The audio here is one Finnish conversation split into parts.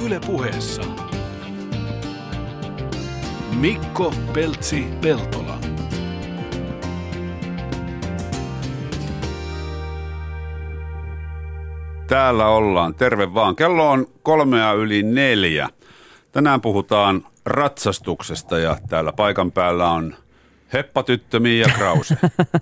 Yle Puheessa Mikko Peltsi-Peltola. Täällä ollaan. Terve vaan. Kello on 3:03. Tänään puhutaan ratsastuksesta ja täällä paikan päällä on heppatyttö Mia Krause.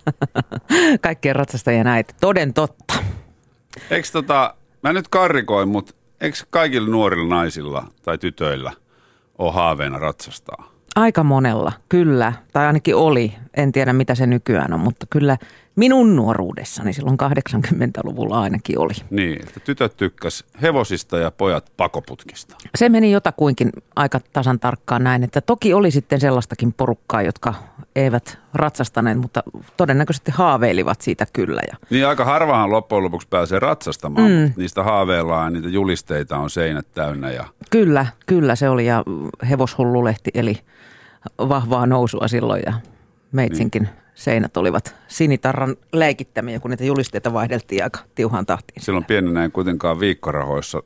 Kaikkien ratsastajien äiti. Toden totta. Eikö mä nyt karrikoin, mutta eikö kaikilla nuorilla naisilla tai tytöillä ole haaveena ratsastaa? Aika monella, kyllä. Tai ainakin oli. En tiedä, mitä se nykyään on, mutta kyllä minun nuoruudessani silloin 80-luvulla ainakin oli. Niin, että tytöt tykkäs hevosista ja pojat pakoputkista. Se meni jotakuinkin aika tasan tarkkaan näin, että toki oli sitten sellaistakin porukkaa, jotka eivät ratsastaneet, mutta todennäköisesti haaveilivat siitä kyllä. Niin aika harvahan loppujen lopuksi pääsee ratsastamaan, mutta niistä haaveillaan ja niitä julisteita on seinät täynnä. Ja... Kyllä se oli ja Hevoshullulehti eli vahvaa nousua silloin ja meitsinkin seinät olivat sinitarran leikittämiä, kun niitä julisteita vaihdeltiin aika tiuhaan tahtiin. Silloin pienenä ei kuitenkaan viikkorahoissa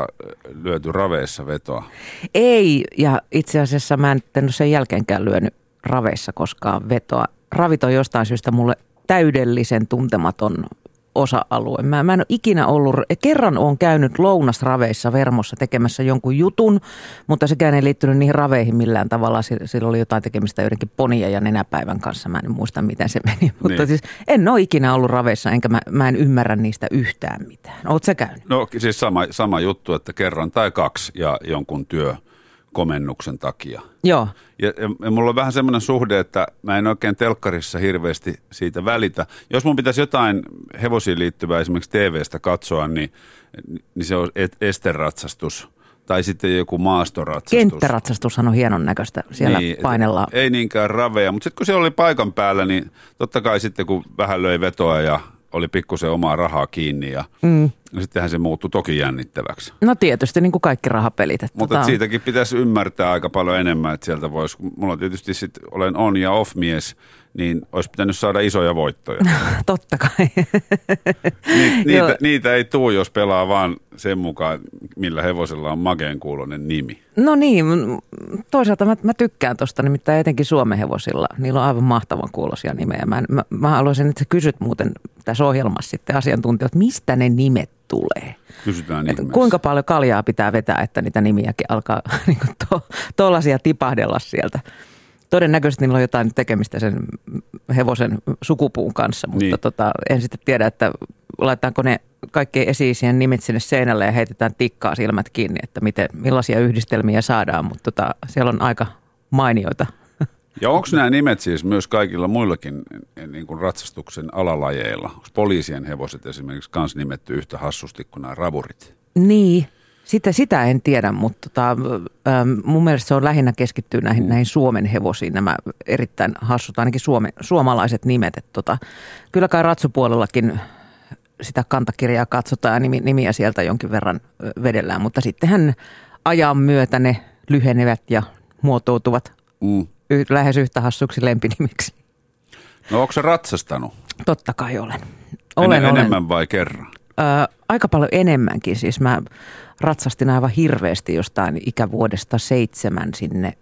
lyöty raveissa vetoa. Ei, ja itse asiassa mä en ole sen jälkeenkään lyönyt raveissa koskaan vetoa. Ravit on jostain syystä mulle täydellisen tuntematon osa-alue. Mä en ole ikinä ollut, kerran olen käynyt lounasraveissa Vermossa tekemässä jonkun jutun, mutta sekään ei liittynyt niihin raveihin millään tavalla. Sillä oli jotain tekemistä joidenkin ponia ja nenäpäivän kanssa. Mä en muista, miten se meni. Mutta siis en ole ikinä ollut raveissa, enkä mä en ymmärrä niistä yhtään mitään. Ootko sä käynyt? No siis sama juttu, että kerran tai kaksi ja jonkun työkomennuksen takia. Joo. Ja mulla on vähän semmoinen suhde, että mä en oikein telkkarissa hirveästi siitä välitä. Jos mun pitäisi jotain hevosiin liittyvää esimerkiksi TV:stä katsoa, niin se on esteratsastus tai sitten joku maastoratsastus. Kenttäratsastushan on hienon näköistä, siellä niin, painellaan. Ei niinkään raveja, mutta sitten kun se oli paikan päällä, niin totta kai sitten kun vähän löi vetoa ja oli pikkusen omaa rahaa kiinni ja sittenhän se muuttui toki jännittäväksi. No tietysti niin kuin kaikki rahapelit. Mutta siitäkin pitäisi ymmärtää aaika paljon enemmän, että sieltä voisi, mulla tietysti sitten olen on- ja off-mies, niin olisi pitänyt saada isoja voittoja. Totta kai. Niitä ei tule, jos pelaa vaan sen mukaan, millä hevosella on makeen kuuloinen nimi. No niin, toisaalta mä tykkään tuosta, nimittäin etenkin Suomen hevosilla. Niillä on aivan mahtavan kuuloisia nimejä. Mä haluaisin, että sä kysyt muuten tässä ohjelmassa sitten asiantuntijat, mistä ne nimet tulee. Kysytään ihmeessä. Kuinka paljon kaljaa pitää vetää, että niitä nimiäkin alkaa tuollaisia tipahdella sieltä. Todennäköisesti niillä on jotain tekemistä sen hevosen sukupuun kanssa, mutta en sitten tiedä, että laitetaanko ne kaikkien esi-isien nimet sinne seinälle ja heitetään tikkaa silmät kiinni, että millaisia yhdistelmiä saadaan, mutta siellä on aika mainioita. Ja onko nämä nimet siis myös kaikilla muillakin niin kuin ratsastuksen alalajeilla? Onko poliisien hevoset esimerkiksi kans nimetty yhtä hassusti kuin nämä ravurit? Niin. Sitä en tiedä, mutta mun mielestä se on lähinnä keskittyy näihin Suomen hevosiin, nämä erittäin hassut, ainakin suomalaiset nimet. Että kyllä kai ratsupuolellakin sitä kantakirjaa katsotaan ja nimiä sieltä jonkin verran vedellään, mutta sittenhän ajan myötä ne lyhenevät ja muotoutuvat lähes yhtä hassuksi lempinimiksi. No onko se ratsastanut? Totta kai olen. Enemmän vai kerran? Aika paljon enemmänkin. Siis mä ratsastin aivan hirveästi jostain ikävuodesta 7 sinne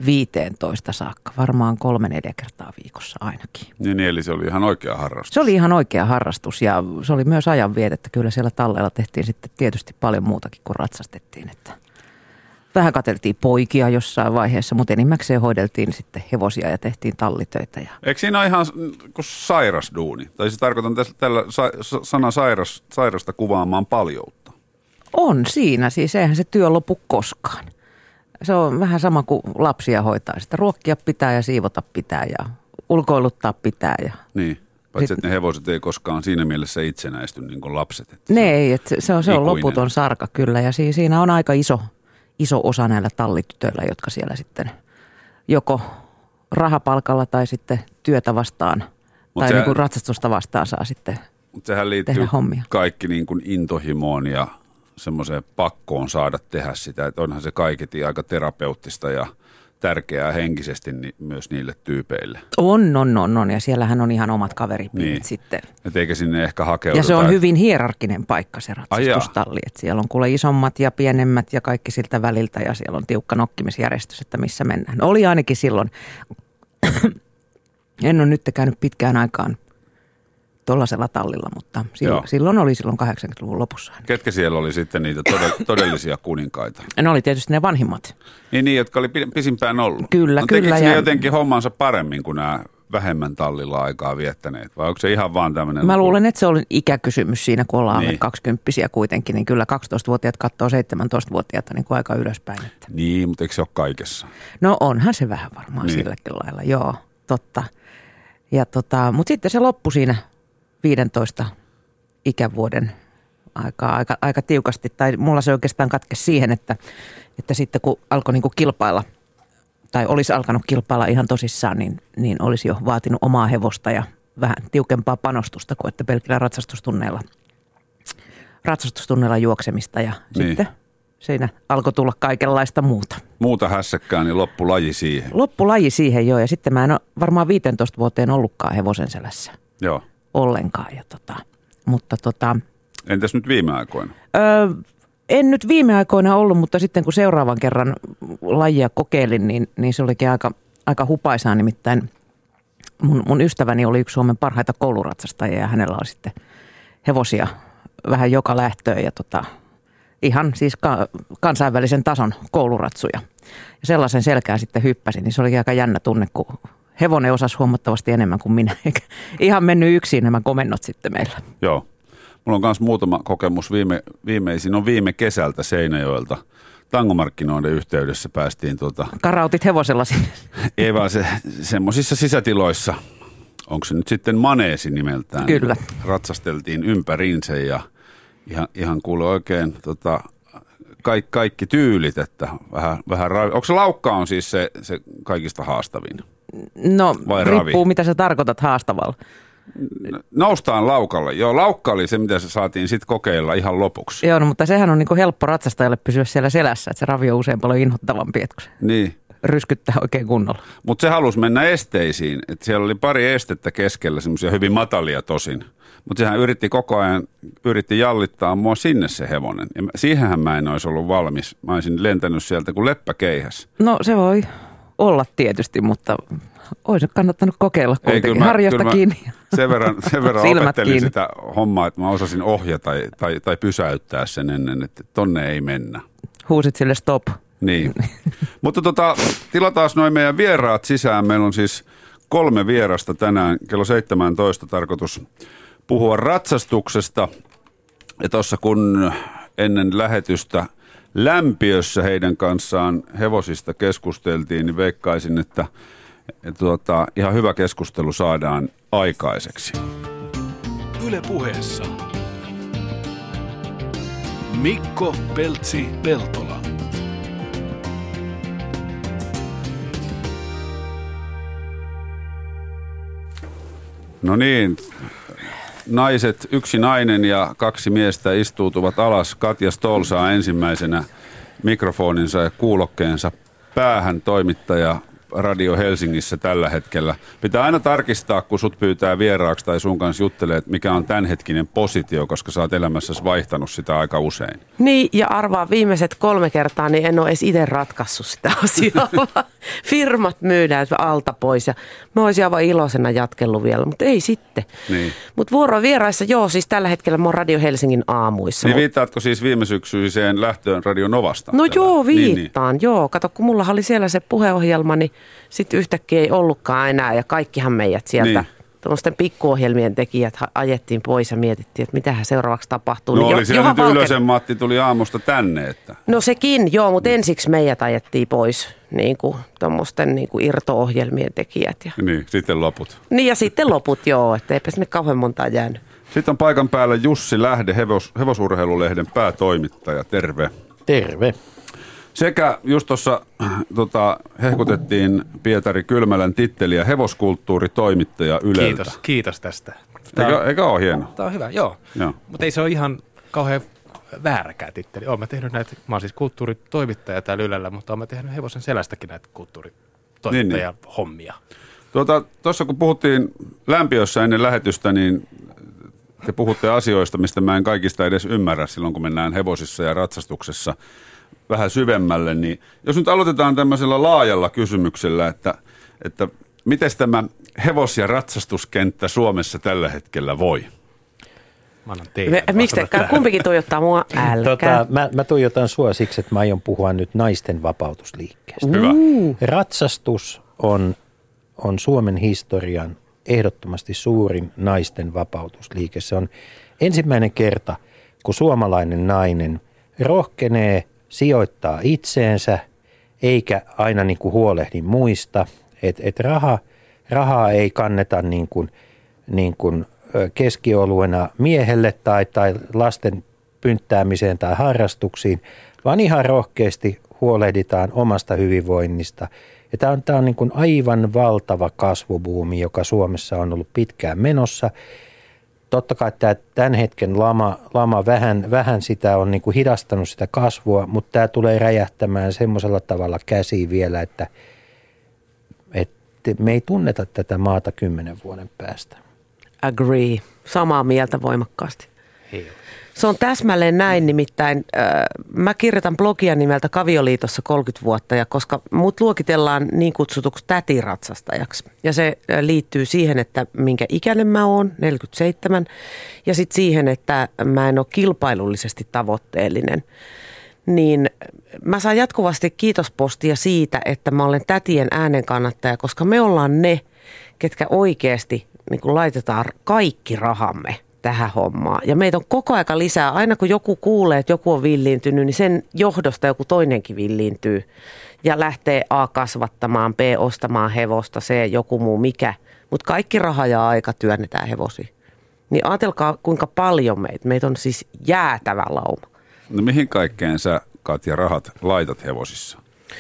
15 saakka. Varmaan 3-4 kertaa viikossa ainakin. Niin, eli se oli ihan oikea harrastus. Se oli ihan oikea harrastus ja se oli myös ajanvietettä. Kyllä siellä talleilla tehtiin sitten tietysti paljon muutakin kuin ratsastettiin. Että vähän katseltiin poikia jossain vaiheessa, mutta enimmäkseen hoideltiin sitten hevosia ja tehtiin tallitöitä. Eikö siinä ole ihan kuin sairas duuni? Tai siis tarkoitan tällä sana sairasta kuvaamaan paljoutta. On siinä, siis eihän se työ lopu koskaan. Se on vähän sama kuin lapsia hoitaa. Sitä ruokkia pitää ja siivota pitää ja ulkoiluttaa pitää. Niin, paitsi että ne hevoset ei koskaan siinä mielessä itsenäisty niin kuin lapset. Ne ei, että se on loputon sarka kyllä ja siinä on aika iso osa näillä tallitytöillä, jotka siellä sitten joko rahapalkalla tai sitten työtä vastaan tai niin kuin ratsastusta vastaan saa sitten sehän liittyy tehdä hommia. Kaikki niin kuin intohimoon ja semmoiseen pakkoon saada tehdä sitä, että onhan se kaiketi aika terapeuttista ja tärkeää henkisesti myös niille tyypeille. On. Ja siellähän on ihan omat kaveripiirit Niin. sitten. Et eikä sinne ehkä hakeuduta. Ja se on hyvin hierarkkinen paikka se ratsastustalli. Että siellä on kuule isommat ja pienemmät ja kaikki siltä väliltä ja siellä on tiukka nokkimisjärjestys, että missä mennään. Oli ainakin silloin. En ole nyt käynyt pitkään aikaan tuollaisella tallilla, mutta silloin oli 80-luvun lopussa. Ketkä siellä oli sitten niitä todellisia kuninkaita? Ne oli tietysti ne vanhimmat. Niin, jotka oli pisimpään ollut. Kyllä. Tekikö ne jotenkin hommansa paremmin kuin nämä vähemmän tallilla aikaa viettäneet? Vai onko se ihan vaan tämmöinen? Mä luulen, että se oli ikäkysymys siinä, kun ollaan alle 20-vuotiaita kuitenkin. Niin kyllä 12-vuotiaat katsoo 17-vuotiaita niin kuin aika ylöspäin. Että. Niin, mutta eikö se ole kaikessa? No onhan se vähän varmaan silläkin lailla, joo, totta. Ja mutta sitten se loppui siinä 15 ikävuoden aika tiukasti. Tai mulla se oikeastaan katkesi siihen, että sitten kun alkoi niin kuin kilpailla, tai olisi alkanut kilpailla ihan tosissaan, niin olisi jo vaatinut omaa hevosta ja vähän tiukempaa panostusta kuin että pelkillä ratsastustunneilla juoksemista. Ja sitten siinä alkoi tulla kaikenlaista muuta. Muuta hässäkkää, niin loppulaji siihen. Loppulaji siihen, joo. Ja sitten mä en ole varmaan 15 vuoteen ollutkaan hevosen selässä. Joo. Ollenkaan. Mutta entäs nyt viime aikoina? En nyt viime aikoina ollut, mutta sitten kun seuraavan kerran lajia kokeilin, niin se olikin aika hupaisaa. Nimittäin mun ystäväni oli yksi Suomen parhaita kouluratsastajia ja hänellä oli sitten hevosia vähän joka lähtöön ja ihan siis kansainvälisen tason kouluratsuja. Ja sellaisen selkään sitten hyppäsin, niin se oli aika jännä tunne, kun hevonen osasi huomattavasti enemmän kuin minä. Eikä ihan mennyt yksin nämä komennot sitten meillä. Joo. Mulla on myös muutama kokemus viimeisin on viime kesältä Seinäjoelta. Tangomarkkinoiden yhteydessä päästiin Karautit hevosella sinne? Ei vaan semmoisissa sisätiloissa. Onko se nyt sitten maneesi nimeltään? Kyllä. Ratsasteltiin ympäriinsä ja ihan kuule oikein kaikki tyylit, että vähän onko se laukka on siis se kaikista haastavin? No riippuu mitä sä tarkoitat haastavalla. Noustaan laukalle. Joo, laukka oli se, mitä se saatiin sitten kokeilla ihan lopuksi. Joo, no, mutta sehän on niinku helppo ratsastajalle pysyä siellä selässä, että se ravi on usein paljon inhottavampi, että kun se ryskyttää oikein kunnolla. Mutta se halusi mennä esteisiin, että siellä oli pari estettä keskellä, semmoisia hyvin matalia tosin. Mutta sehän koko ajan yritti jallittaa mua sinne se hevonen. Ja siihenhän mä en olisi ollut valmis. Mä olisin lentänyt sieltä kuin leppäkeihäs. No se voi olla tietysti, mutta olisi kannattanut kokeilla kuitenkin. Harjasta kiinni. Sen verran opettelin sitä hommaa, että mä osasin ohjata tai pysäyttää sen ennen, että tonne ei mennä. Huusit sille stop. Niin. Mutta tilataan noin meidän vieraat sisään. Meillä on siis 3 vierasta tänään. Kello 17 tarkoitus puhua ratsastuksesta. Ja tuossa kun ennen lähetystä lämpiössä heidän kanssaan hevosista keskusteltiin, niin veikkaisin, että ihan hyvä keskustelu saadaan aikaiseksi. Yle Puheessa Mikko Peltsi-Peltola. No niin, yksi nainen ja 2 miestä istuutuvat alas. Katja Stoll saa ensimmäisenä mikrofoninsa ja kuulokkeensa päähän, toimittaja Radio Helsingissä tällä hetkellä. Pitää aina tarkistaa, kun sut pyytää vieraaksi tai sun kanssa juttelee, että mikä on tämänhetkinen positio, koska sä oot elämässäsi vaihtanut sitä aika usein. Niin, ja arvaa viimeiset 3 kertaa, niin en ole edes itse ratkaissut sitä asiaa. Firmat myydään alta pois ja mä olisin aivan iloisena jatkellut vielä, mutta ei sitten. Niin. Mutta vuorovieraissa, siis tällä hetkellä mä oon Radio Helsingin aamuissa. Niin viittaatko siis viime syksyiseen lähtöön Radio Novasta? No joo, viittaan, joo. Kato, kun mulla oli siellä se puheohjelma, niin sitten yhtäkkiä ei ollutkaan enää ja kaikkihan meidät sieltä tuommoisten pikkuohjelmien tekijät ajettiin pois ja mietittiin, että mitähän seuraavaksi tapahtuu. No oli siellä nyt Ylösen Matti tuli aamusta tänne. Että. No sekin, joo, mutta ensiksi meidät ajettiin pois niin kuin tuommoisten niin kuin irto-ohjelmien tekijät. Ja. Niin, sitten loput. Niin ja sitten loput, joo, että eipä sinne kauhean montaa jäänyt. Sitten on paikan päällä Jussi Lähde, Hevosurheilulehden päätoimittaja. Terve. Terve. Sekä just tuossa hehkutettiin Pietari Kylmälän titteliä hevoskulttuuritoimittaja Yleltä. Kiitos tästä. Eikä ole hieno? Tämä on hyvä, joo. Mutta ei se ole ihan kauhean vääräkään titteli. Olen mä tehnyt näitä, mä oon siis kulttuuritoimittaja täällä Ylellä, mutta olen tehnyt hevosen selästäkin näitä kulttuuritoimittajahommia. Tuossa kun puhuttiin lämpiössä ennen lähetystä, niin te puhutte asioista, mistä mä en kaikista edes ymmärrä silloin, kun mennään hevosissa ja ratsastuksessa vähän syvemmälle. Niin jos nyt aloitetaan tämmöisellä laajalla kysymyksellä, että miten tämä hevos- ja ratsastuskenttä Suomessa tällä hetkellä voi? Miksi kumpikin tuijottaa mua? Älkää. Mä tuijotan sua siksi, että mä aion puhua nyt naisten vapautusliikkeestä. Hyvä. Ratsastus on Suomen historian ehdottomasti suurin naisten vapautusliike. Se on ensimmäinen kerta, kun suomalainen nainen rohkenee sijoittaa itseensä, eikä aina niin kuin huolehdi muista. Että rahaa ei kanneta niin kuin keskioluena miehelle tai lasten pynttäämiseen tai harrastuksiin, vaan ihan rohkeasti huolehditaan omasta hyvinvoinnista. Ja tämä on niin kuin aivan valtava kasvubuumi, joka Suomessa on ollut pitkään menossa. Totta kai tämän hetken lama vähän sitä on niin kuin hidastanut sitä kasvua, mutta tämä tulee räjähtämään semmoisella tavalla käsiin vielä, että me ei tunneta tätä maata 10 vuoden päästä. Agree. Samaa mieltä voimakkaasti. Se on täsmälleen näin, nimittäin mä kirjoitan blogia nimeltä Kavioliitossa 30 vuotta, ja koska mut luokitellaan niin kutsutuksi tätiratsastajaksi. Ja se liittyy siihen, että minkä ikäinen mä oon, 47, ja sitten siihen, että mä en ole kilpailullisesti tavoitteellinen. Niin mä saan jatkuvasti kiitospostia siitä, että mä olen tätien äänen kannattaja, koska me ollaan ne, ketkä oikeasti niin kun laitetaan kaikki rahamme tähän hommaan. Ja meitä on koko aika lisää. Aina kun joku kuulee, että joku on villiintynyt, niin sen johdosta joku toinenkin villiintyy. Ja lähtee A kasvattamaan, B ostamaan hevosta, C joku muu mikä. Mutta kaikki raha ja aika työnnetään hevosiin. Niin ajatelkaa kuinka paljon meitä on siis jäätävä lauma. No mihin kaikkeen sä, Katja, rahat laitat hevosissa?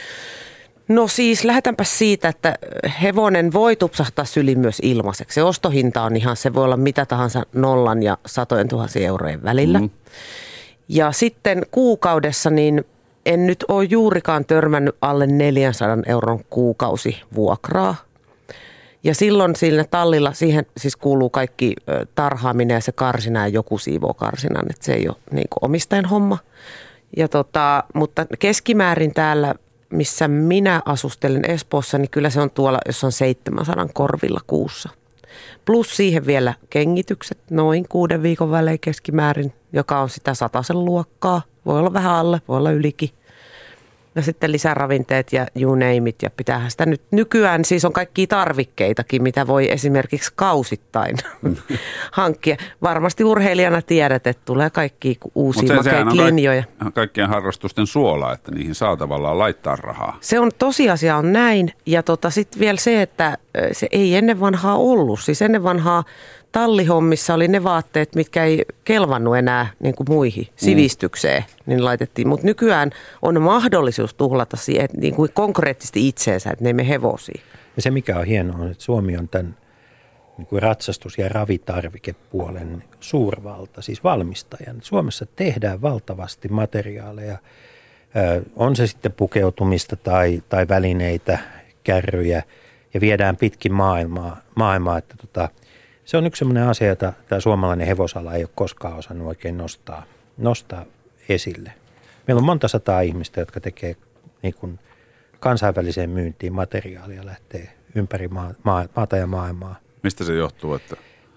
No siis lähdetäänpä siitä, että hevonen voi tupsahtaa syliin myös ilmaiseksi. Se ostohinta on ihan, se voi olla mitä tahansa 0 ja 100 000 eurojen välillä. Ja sitten kuukaudessa niin en nyt ole juurikaan törmännyt alle 400 euron kuukausivuokraa. Ja silloin siinä tallilla, siihen siis kuuluu kaikki tarhaaminen ja se karsina ja joku siivoo karsinan, että se ei ole niin kuin omistajan homma. Ja mutta keskimäärin täällä, missä minä asustelen Espoossa, niin kyllä se on tuolla jossain 700 korvilla kuussa. Plus siihen vielä kengitykset noin 6 viikon välein keskimäärin, joka on sitä 100 luokkaa. Voi olla vähän alle, voi olla ylikin. Ja sitten lisäravinteet ja you name it. Ja pitäähän sitä nyt nykyään, siis on kaikkia tarvikkeitakin, mitä voi esimerkiksi kausittain hankkia. Varmasti urheilijana tiedät, että tulee kaikki uusia makeita linjoja. Kaikkien harrastusten suola, että niihin saa tavallaan laittaa rahaa. Se on tosiasia on näin. Ja sitten vielä se, että se ei ennen vanhaa ollut. Siis ennen vanhaa tallihommissa oli ne vaatteet, mitkä ei kelvannut enää niin kuin muihin sivistykseen, niin laitettiin. Mutta nykyään on mahdollisuus tuhlata siihen niin kuin konkreettisesti itseensä, että ne ei mene hevosiin. Ja se mikä on hienoa on, että Suomi on tämän niin kuin ratsastus- ja ravitarvikepuolen suurvalta, siis valmistajan. Suomessa tehdään valtavasti materiaaleja, on se sitten pukeutumista tai välineitä, kärryjä, ja viedään pitkin maailmaa että se on yksi sellainen asia, jota tämä suomalainen hevosala ei ole koskaan osannut oikein nostaa esille. Meillä on monta sataa ihmistä, jotka tekee niin kuin kansainväliseen myyntiin materiaalia, lähtee ympäri maata ja maailmaa. Mistä se johtuu? Että?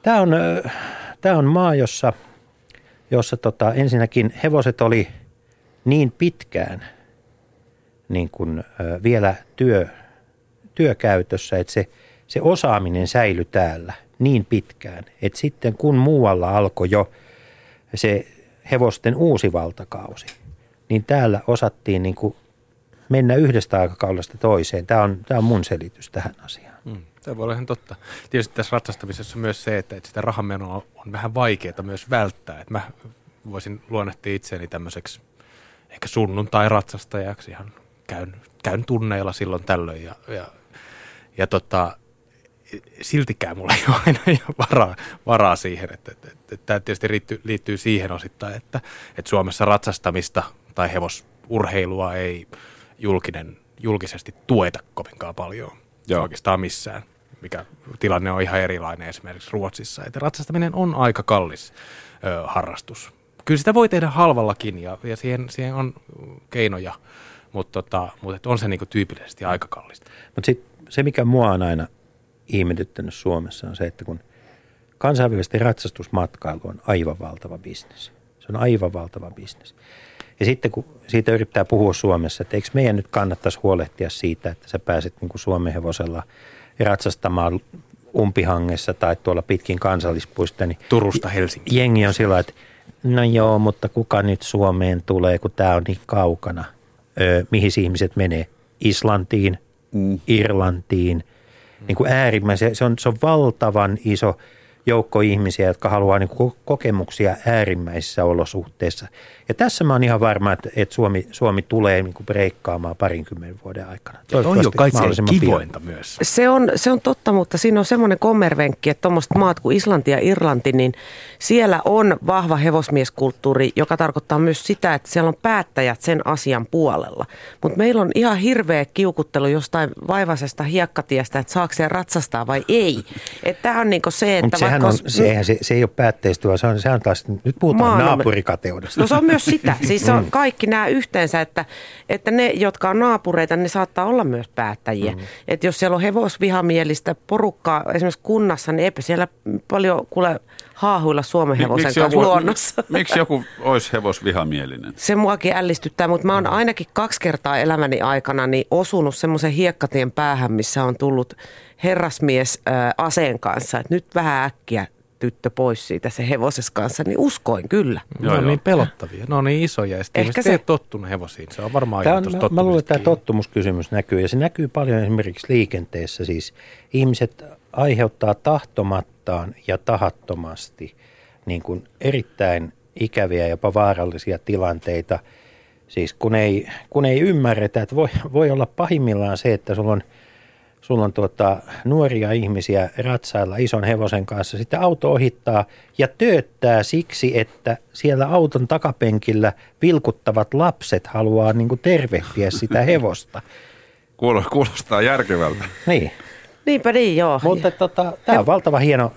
Tämä on maa, jossa ensinnäkin hevoset oli niin pitkään niin kuin, vielä työkäytössä, että se osaaminen säilyi täällä niin pitkään, että sitten kun muualla alkoi jo se hevosten uusi valtakausi, niin täällä osattiin niin kuin mennä yhdestä aikakaudesta toiseen. Tämä on mun selitys tähän asiaan. Tämä voi olla ihan totta. Tietysti tässä ratsastamisessa on myös se, että sitä rahanmenoa on vähän vaikeaa myös välttää. Että mä voisin luonnehtia itseäni tämmöiseksi ehkä sunnuntai-ratsastajaksi. Ihan käyn tunneilla silloin tällöin siltikään mulla ei ole aina varaa siihen, että tämä tietysti liittyy siihen osittain, että Suomessa ratsastamista tai hevosurheilua ei julkisesti tueta kovinkaan paljon oikeastaan missään, mikä tilanne on ihan erilainen esimerkiksi Ruotsissa. Että ratsastaminen on aika kallis harrastus. Kyllä sitä voi tehdä halvallakin ja siihen on keinoja, mutta on se niinku tyypillisesti aika kallista. Mutta sitten se, mikä mua on aina ihmetyttänyt Suomessa, on se, että kun kansainvälisesti ratsastusmatkailu on aivan valtava bisnes. Se on aivan valtava bisnes. Ja sitten kun siitä yrittää puhua Suomessa, että eikö meidän nyt kannattaisi huolehtia siitä, että sä pääset niin kuin Suomen hevosella ratsastamaan Umpihangessa tai tuolla pitkin kansallispuista. Niin Turusta Helsinkiin. Jengi on sillä, että no joo, mutta kuka nyt Suomeen tulee, kun tämä on niin kaukana. Mihin ihmiset menee? Islantiin, Irlantiin. Niin kuin äärimmäisen, se on valtavan iso joukko ihmisiä, jotka haluaa niin kuin kokemuksia äärimmäisissä olosuhteissa. Ja tässä mä oon ihan varma, että Suomi tulee niin kuin breikkaamaan 20 vuoden aikana. On jo kaikkein kivointa myös. Se on totta, mutta siinä on semmoinen kommervenkki, että tuommoiset maat kuin Islanti ja Irlanti, niin siellä on vahva hevosmieskulttuuri, joka tarkoittaa myös sitä, että siellä on päättäjät sen asian puolella. Mutta meillä on ihan hirveä kiukuttelu jostain vaivaisesta hiekkatiestä, että saako siellä ratsastaa vai ei. Tämä on niinku se, että se ei ole päätteistyä, se on taas, nyt puhutaan naapurikateudesta. No se on myös sitä, siis se on kaikki nämä yhteensä, että ne, jotka on naapureita, ne saattaa olla myös päättäjiä. Että jos siellä on hevosvihamielistä porukkaa esimerkiksi kunnassa, niin eipä siellä paljon kuule haahuilla Suomen hevosen kanssa luonnossa. Miksi joku olisi hevosvihamielinen? Se muakin ällistyttää, mutta mä oon ainakin 2 kertaa elämäni aikana niin osunut semmoisen hiekkatien päähän, missä on tullut herrasmies aseen kanssa, että nyt vähän äkkiä tyttö pois siitä se hevoses kanssa, niin uskoin kyllä. Ne on niin pelottavia, ne on niin isoja ja sitten ihmiset ei tottunut hevosiin, se on varmaan aina tuossa mä luulen, että tämä tottumuskysymys näkyy ja se näkyy paljon esimerkiksi liikenteessä, siis ihmiset aiheuttaa tahtomattaan ja tahattomasti niin kuin erittäin ikäviä, jopa vaarallisia tilanteita, siis kun ei ymmärretä, että voi olla pahimmillaan se, että sulla on nuoria ihmisiä ratsailla ison hevosen kanssa. Sitten auto ohittaa ja tööttää siksi, että siellä auton takapenkillä vilkuttavat lapset haluaa niin kuin tervehtiä sitä hevosta. Kuulostaa järkevältä. Niin. Niinpä niin, joo. Mutta tämä on valtava hieno.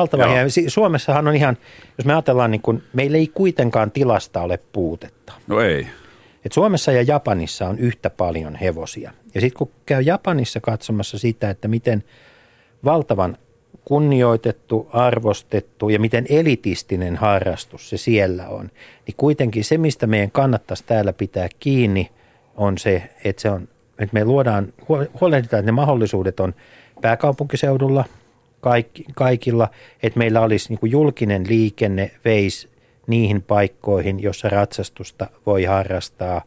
Suomessahan on ihan, jos me ajatellaan, niin kun, meillä ei kuitenkaan tilasta ole puutetta. No ei. Et Suomessa ja Japanissa on yhtä paljon hevosia. Ja sitten kun käy Japanissa katsomassa sitä, että miten valtavan kunnioitettu, arvostettu ja miten elitistinen harrastus se siellä on, niin kuitenkin se, mistä meidän kannattaisi täällä pitää kiinni, on se, että me huolehditaan, että ne mahdollisuudet on pääkaupunkiseudulla kaikilla, että meillä olisi niin kuin julkinen liikenne veisi niihin paikkoihin, jossa ratsastusta voi harrastaa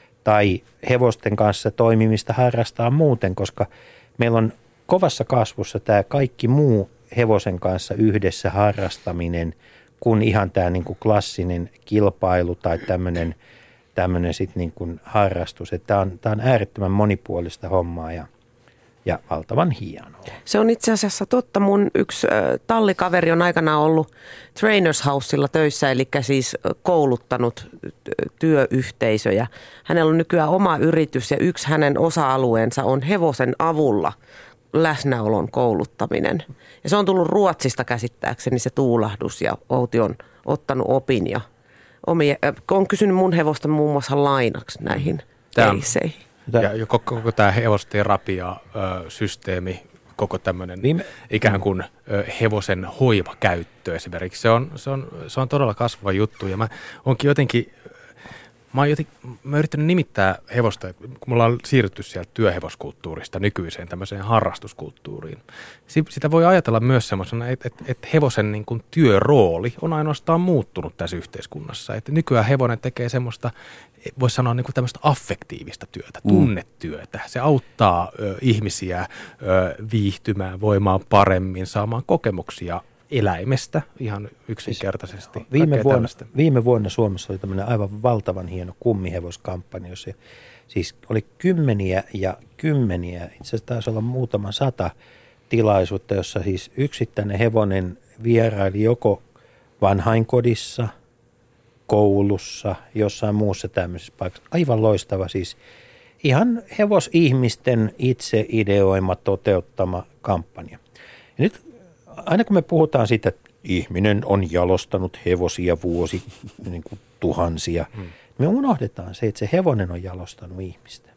tai hevosten kanssa toimimista harrastaa muuten, koska meillä on kovassa kasvussa tämä kaikki muu hevosen kanssa yhdessä harrastaminen kuin ihan tämä niin kuin klassinen kilpailu tai tämmöinen sitten niin kuin harrastus. Tämä on äärettömän monipuolista hommaa ja valtavan hienoa. Se on itse asiassa totta. Mun yksi tallikaveri on aikanaan ollut Trainers Housella töissä, eli siis kouluttanut työyhteisöjä. Hänellä on nykyään oma yritys ja yksi hänen osa-alueensa on hevosen avulla läsnäolon kouluttaminen. Ja se on tullut Ruotsista käsittääkseni se tuulahdus ja Outi on ottanut opin ja on kysynyt mun hevosta muun muassa lainaksi näihin keisseihin. Ja koko tämä hevosterapia-systeemi, koko tämmöinen ikään kuin hevosen hoivakäyttö esimerkiksi, se on todella kasvava juttu. Ja mä oonkin jotenkin, mä oon yrittänyt nimittää hevosta, kun me ollaan siirrytty sieltä työhevoskulttuurista nykyiseen tämmöiseen harrastuskulttuuriin. Sitä voi ajatella myös semmoisena, että hevosen niin kuin työrooli on ainoastaan muuttunut tässä yhteiskunnassa. Että nykyään hevonen tekee semmoista, voisi sanoa niin kuin tämmöistä affektiivista työtä, tunnetyötä. Se auttaa ihmisiä viihtymään, voimaan paremmin, saamaan kokemuksia eläimestä ihan yksinkertaisesti. Viime vuonna Suomessa oli tämmöinen aivan valtavan hieno kummihevoskampanjo, jossa siis oli kymmeniä, itse asiassa taisi olla muutama 100 tilaisuutta, jossa siis yksittäinen hevonen vieraili joko vanhainkodissa, koulussa, jossain muussa tämmöisessä paikassa. Aivan loistava siis. Ihan hevosihmisten itse ideoima, toteuttama kampanja. Ja nyt aina kun me puhutaan siitä, että ihminen on jalostanut hevosia niin kuin tuhansia, me unohdetaan se, että se hevonen on jalostanut ihmistä.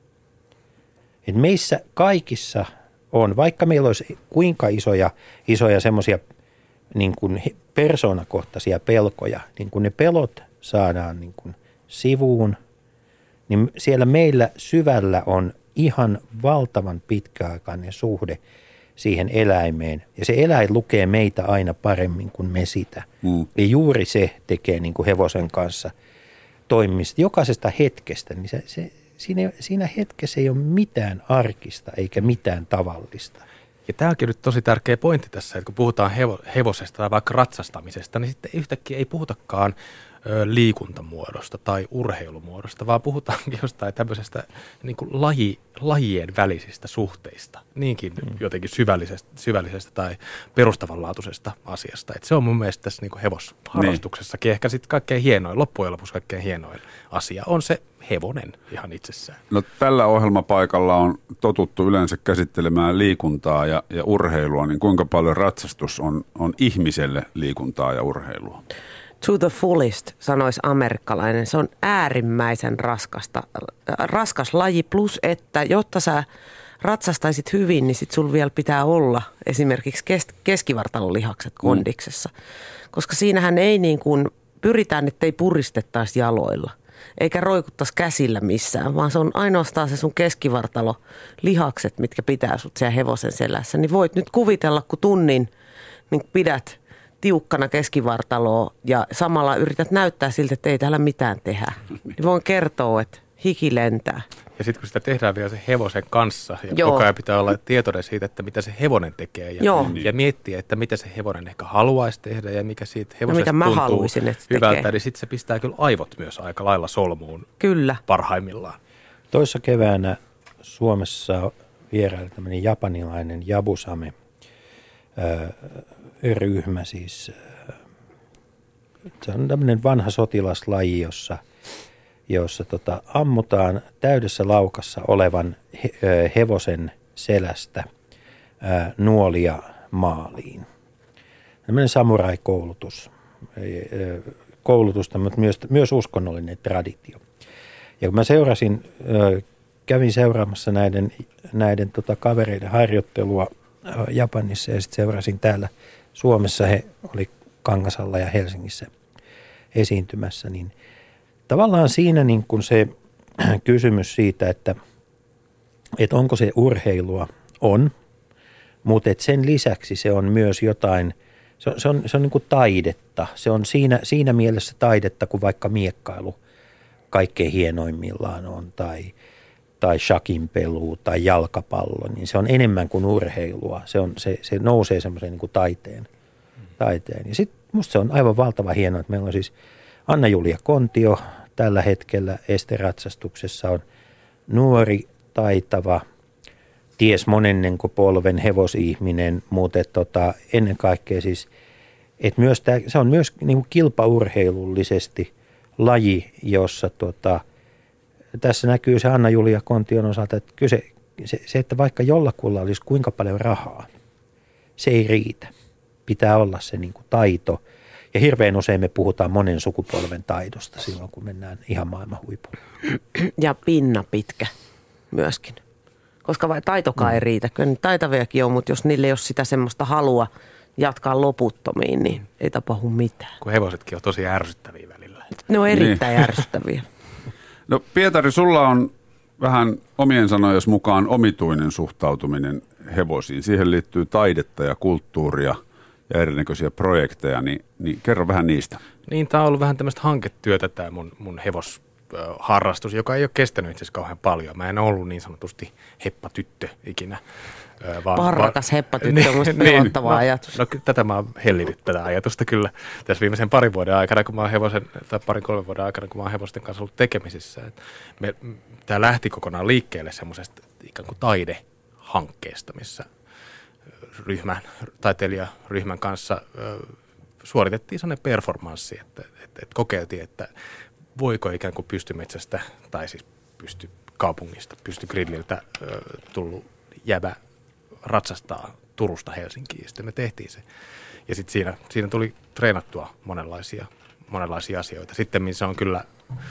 Et meissä kaikissa on, vaikka meillä olisi kuinka isoja semmoisia niin kuin persoonakohtaisia pelkoja, niin kun ne pelot saadaan niin kuin sivuun, niin siellä meillä syvällä on ihan valtavan pitkäaikainen suhde siihen eläimeen. Ja se eläin lukee meitä aina paremmin kuin me sitä. Ja juuri se tekee niin kuin hevosen kanssa toimimista jokaisesta hetkestä. Niin siinä hetkessä ei ole mitään arkista eikä mitään tavallista. Ja tämä onkin nyt tosi tärkeä pointti tässä, että kun puhutaan hevosesta tai vaikka ratsastamisesta, niin sitten yhtäkkiä ei puhutakaan liikuntamuodosta tai urheilumuodosta, vaan puhutaankin jostain tämmöisestä niin kuin lajien välisistä suhteista, niinkin jotenkin syvällisestä tai perustavanlaatuisesta asiasta. Et se on mun mielestä tässä niin kuin hevosharrastuksessakin ehkä sitten kaikkein hienoin, loppujen lopuksi kaikkein hienoin asia on se hevonen ihan itsessään. No, tällä ohjelmapaikalla on totuttu yleensä käsittelemään liikuntaa ja urheilua, niin kuinka paljon ratsastus on ihmiselle liikuntaa ja urheilua? To the fullest, sanoisi amerikkalainen. Se on äärimmäisen raskas laji, plus että jotta sä ratsastaisit hyvin, niin sit sulla vielä pitää olla esimerkiksi keskivartalolihakset kondiksessa. Koska siinähän ei niin kuin, pyritään, ettei puristettaisi jaloilla, eikä roikuttaisi käsillä missään, vaan se on ainoastaan se sun keskivartalolihakset, mitkä pitää sut siellä hevosen selässä. Niin voit nyt kuvitella, kun tunnin niin pidät tiukkana keskivartaloa ja samalla yrität näyttää siltä, että ei täällä mitään tehdä. Niin voin kertoa, että hiki lentää. Ja sitten kun sitä tehdään vielä sen hevosen kanssa, ja koko ajan pitää olla tietoinen siitä, että mitä se hevonen tekee. Ja miettiä, että mitä se hevonen ehkä haluaisi tehdä ja mikä siitä hevosesta tuntuu hyvältä. Niin sitten se pistää kyllä aivot myös aika lailla solmuun parhaimmillaan. Toissa keväänä Suomessa vieraili tämmöinen japanilainen Yabusame ryhmä, siis se on tämmöinen vanha sotilaslaji, jossa ammutaan täydessä laukassa olevan hevosen selästä nuolia maaliin. Tämmöinen samurai-koulutusta, mutta myös uskonnollinen traditio. Ja kun mä kävin seuraamassa näiden kavereiden harjoittelua Japanissa ja sitten seurasin täällä Suomessa, he oli Kangasalla ja Helsingissä esiintymässä, niin tavallaan siinä niin kuin se kysymys siitä, että onko se urheilua, on, mutta sen lisäksi se on myös jotain, se on niin kuin taidetta. Se on siinä mielessä taidetta, kuin vaikka miekkailu kaikkein hienoimmillaan on, tai shakinpelu tai jalkapallo, niin se on enemmän kuin urheilua. Se nousee semmoiseen niin kuin taiteen. Ja sitten musta se on aivan valtava hienoa, että meillä on siis Anna-Julia Kontio tällä hetkellä esteratsastuksessa on nuori, taitava, ties monennenko polven hevosihminen, mutta ennen kaikkea siis, että myös se on myös niin kuin kilpaurheilullisesti laji, jossa tässä näkyy se Anna-Julia Kontion osalta, että se, että vaikka jollakulla olisi kuinka paljon rahaa, se ei riitä. Pitää olla se niin kuin taito. Ja hirveän usein me puhutaan monen sukupolven taidosta silloin, kun mennään ihan maailman huipulle. Ja pinna pitkä myöskin. Koska vai taitokaan ei riitä. Kyllä niin taitaviakin on, mutta jos niille ei ole sitä semmoista halua jatkaa loputtomiin, niin ei tapahdu mitään. Kun hevosetkin on tosi ärsyttäviä välillä. Ne on erittäin ärsyttäviä. No Pietari, sulla on vähän omien sanojen mukaan omituinen suhtautuminen hevosiin. Siihen liittyy taidetta ja kulttuuria ja erinäköisiä projekteja, niin kerro vähän niistä. Niin, tämä on ollut vähän tämmöistä hanketyötä tämä mun hevosharrastus, joka ei ole kestänyt itse asiassa kauhean paljon. Mä en ollut niin sanotusti heppatyttö ikinä. Parrakas heppatyttö on musta pelottava ajatus. No tätä mä oon hellinyt tätä ajatusta kyllä tässä viimeisen parin vuoden aikana, kun mä oon 3 vuoden aikana, kun mä oon hevosten kanssa ollut tekemisissä. Tämä lähti kokonaan liikkeelle semmoisesta ikään kuin taidehankkeesta, missä taiteilijaryhmän kanssa suoritettiin sellainen performanssi, että kokeiltiin, että voiko ikään kuin pystymetsästä tai siis pystykaupungista, pystygrilliltä tullut jäbä ratsastaa Turusta Helsinkiin. Sitten me tehtiin se. Ja sitten siinä tuli treenattua monenlaisia asioita. Sitten se on kyllä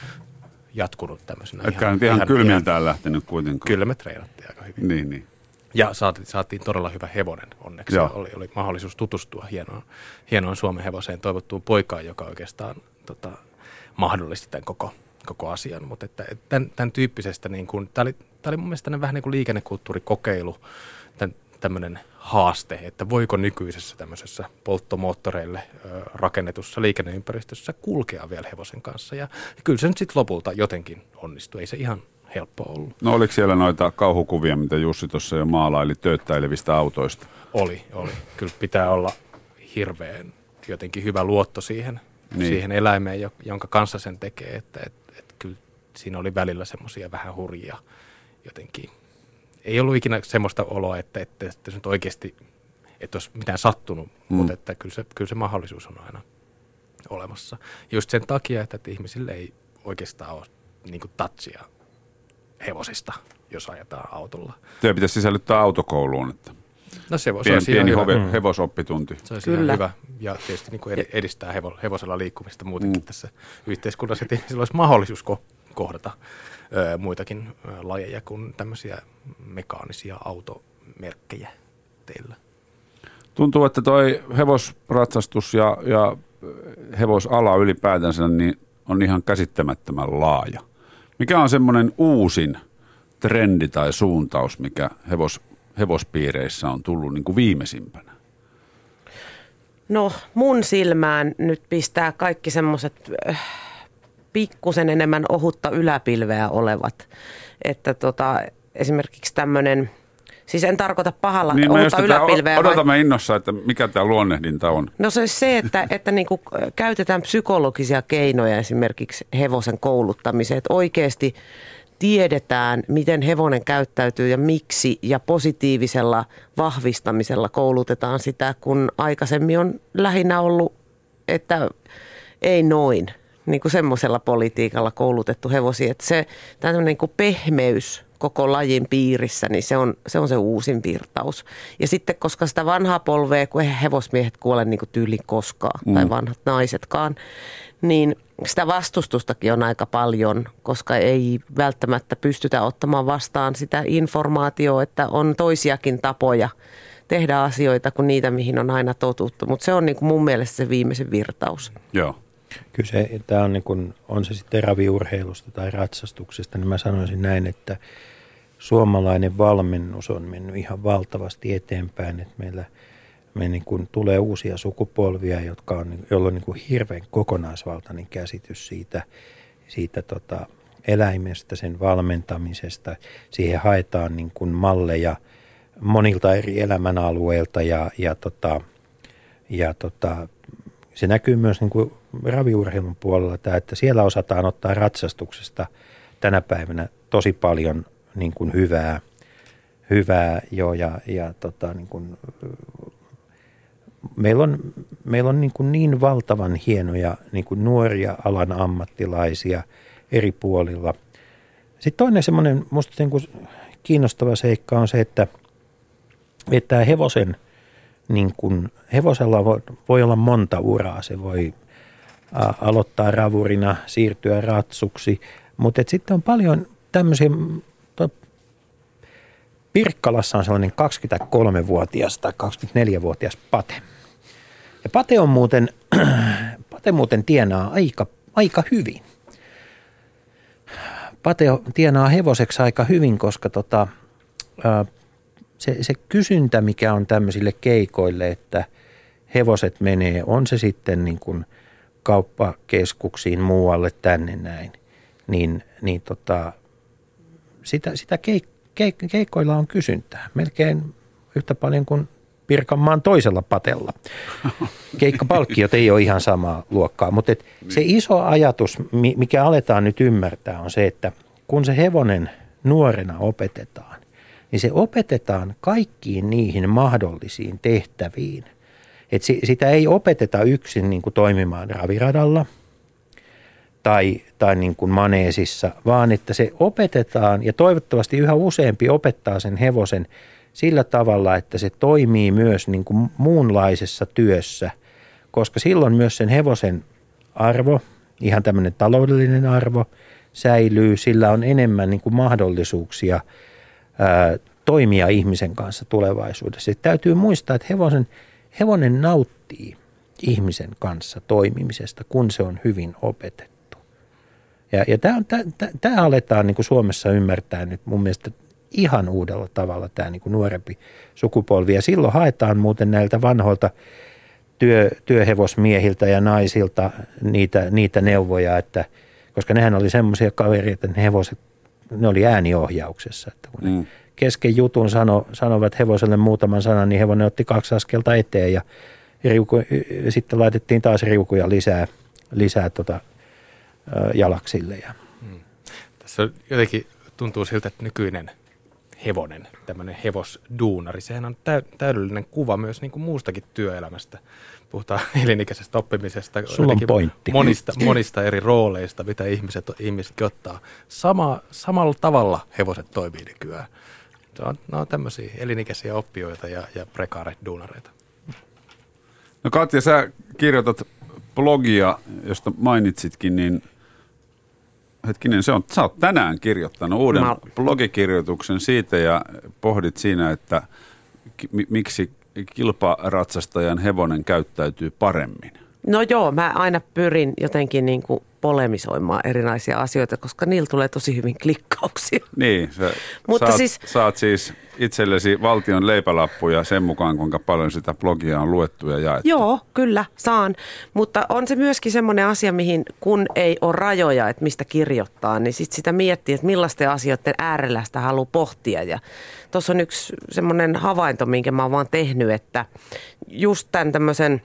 jatkunut tämmöisenä. Etkä ihan kylmiltään lähtenyt kuitenkaan. Kyllä me treenattiin aika hyvin. Niin. Ja saatiin todella hyvä hevonen onneksi. Oli mahdollisuus tutustua hienoon Suomen hevoseen, toivottuun poikaan, joka oikeastaan mahdollisti tämän koko asian. Mutta tämän tyyppisestä, niin tämä oli mun mielestä vähän niin kuin liikennekulttuurikokeilu, tämmöinen haaste, että voiko nykyisessä tämmöisessä polttomoottoreille rakennetussa liikenneympäristössä kulkea vielä hevosen kanssa. Ja kyllä se nyt sitten lopulta jotenkin onnistui. Ei se ihan helppoa ollut. No oliko siellä noita kauhukuvia, mitä Jussi tuossa jo maalaili tööttäilevistä autoista? Oli. Kyllä pitää olla hirveän jotenkin hyvä luotto siihen eläimeen, jonka kanssa sen tekee. Että kyllä siinä oli välillä semmoisia vähän hurjia jotenkin. Ei ollut ikinä semmoista oloa, että se nyt oikeasti et olisi mitään sattunut, mutta että kyllä se mahdollisuus on aina olemassa. Just sen takia, että ihmisille ei oikeastaan ole niin kuin touchia hevosista, jos ajetaan autolla. Työ pitäisi sisällyttää autokouluun, että no se olisi pieni hyvä. hevosoppitunti. Se olisi ihan hyvä ja tietysti niin kuin edistää hevosella liikkumista muutenkin tässä yhteiskunnassa, että ihmisillä olisi mahdollisuus kohdata muitakin lajeja kuin tämmöisiä mekaanisia automerkkejä teillä. Tuntuu, että toi hevosratsastus ja hevosala ylipäätänsä niin on ihan käsittämättömän laaja. Mikä on semmoinen uusin trendi tai suuntaus, mikä hevospiireissä on tullut niin kuin viimeisimpänä? No mun silmään nyt pistää kaikki semmoiset pikkusen enemmän ohutta yläpilveä olevat. Että esimerkiksi tämmöinen, siis en tarkoita pahalla niin, ohutta yläpilveä. Odotamme innossa, että mikä tämä luonnehdinta on. No se, että niinku käytetään psykologisia keinoja esimerkiksi hevosen kouluttamiseen, että oikeasti tiedetään, miten hevonen käyttäytyy ja miksi, ja positiivisella vahvistamisella koulutetaan sitä, kun aikaisemmin on lähinnä ollut, että ei noin, niin kuin semmoisella politiikalla koulutettu hevosia, että se tämmöinen niin kuin pehmeys koko lajin piirissä, niin se on se uusin virtaus. Ja sitten, koska sitä vanhaa polvea, kun eihän hevosmiehet kuole niin kuin tyyliin koskaan, tai vanhat naisetkaan, niin sitä vastustustakin on aika paljon, koska ei välttämättä pystytä ottamaan vastaan sitä informaatiota, että on toisiakin tapoja tehdä asioita kuin niitä, mihin on aina totuttu. Mutta se on niin kuin mun mielestä se viimeisen virtaus. Joo. Kyllä tämä on, niin kuin, on se sitten raviurheilusta tai ratsastuksesta, niin mä sanoisin näin, että suomalainen valmennus on mennyt ihan valtavasti eteenpäin, että meillä niin kuin tulee uusia sukupolvia, joilla on niin kuin hirveän kokonaisvaltainen käsitys siitä eläimestä, sen valmentamisesta. Siihen haetaan niin kuin malleja monilta eri elämänalueilta ja se näkyy myös niin kuin raviurheilun puolella, että siellä osataan ottaa ratsastuksesta tänä päivänä tosi paljon niin kuin hyvää jo niin kuin, meillä on niin valtavan hienoja niin kuin nuoria alan ammattilaisia eri puolilla. Sitten toinen semmoinen musta niin kuin kiinnostava seikka on se, että hevosella voi olla monta uraa. Se voi aloittaa ravurina, siirtyä ratsuksi, mutta sitten on paljon tämmöisiä. Pirkkalassa on sellainen 23-vuotias tai 24-vuotias Pate. Ja Pate muuten tienaa aika hyvin. Pate tienaa hevoseksi aika hyvin, koska se kysyntä, mikä on tämmöisille keikoille, että hevoset menee, on se sitten niin kuin kauppakeskuksiin muualle tänne näin, niin sitä keikoilla on kysyntää. Melkein yhtä paljon kuin Pirkanmaan toisella Patella. Keikkapalkkiot ei ole ihan samaa luokkaa, mutta se iso ajatus, mikä aletaan nyt ymmärtää, on se, että kun se hevonen nuorena opetetaan, niin se opetetaan kaikkiin niihin mahdollisiin tehtäviin. Et sitä ei opeteta yksin niin kuin toimimaan raviradalla tai niin kuin maneesissa, vaan että se opetetaan ja toivottavasti yhä useampi opettaa sen hevosen sillä tavalla, että se toimii myös niin kuin muunlaisessa työssä, koska silloin myös sen hevosen arvo, ihan tämmöinen taloudellinen arvo, säilyy, sillä on enemmän niin kuin mahdollisuuksia toimia ihmisen kanssa tulevaisuudessa. Et täytyy muistaa, että hevonen nauttii ihmisen kanssa toimimisesta, kun se on hyvin opetettu. Ja tämä aletaan niin kuin Suomessa ymmärtää nyt mun mielestä ihan uudella tavalla tämä niin kuin nuorempi sukupolvi. Ja silloin haetaan muuten näiltä vanhoilta työhevosmiehiltä ja naisilta niitä neuvoja, että koska nehän oli semmoisia kavereita, että ne hevoset, ne oli ääniohjauksessa. Että kun ne kesken jutun sanovat hevoselle muutaman sanan, niin hevonen otti 2 askelta eteen ja sitten laitettiin taas riukuja lisää jalaksille. Tässä jotenkin tuntuu siltä, että nykyinen hevonen, tämmöinen hevosduunari, sehän on täydellinen kuva myös niin kuin muustakin työelämästä. Puhutaan elinikäisestä oppimisesta, sulla on pointti. Monista eri rooleista, mitä ihmisetkin ottaa. Samalla tavalla hevoset toimii nykyään. Ne on tämmöisiä elinikäisiä oppijoita ja prekaare-duunareita. No Katja, sä kirjoitat blogia, josta mainitsitkin, niin hetkinen, sä oot tänään kirjoittanut uuden blogikirjoituksen siitä ja pohdit siinä, että miksi kilparatsastajan hevonen käyttäytyy paremmin. No joo, mä aina pyrin jotenkin niin kuin polemisoimaan erinäisiä asioita, koska niillä tulee tosi hyvin klikkauksia. Niin, saat siis itsellesi valtion leipälappuja sen mukaan, kuinka paljon sitä blogia on luettu ja jaettu. Joo, kyllä, saan. Mutta on se myöskin semmoinen asia, mihin kun ei ole rajoja, että mistä kirjoittaa, niin sitten sitä miettii, että millaisten asioiden äärellä sitä haluaa pohtia. Ja tuossa on yksi semmoinen havainto, minkä mä oon vaan tehnyt, että just tämän tämmöisen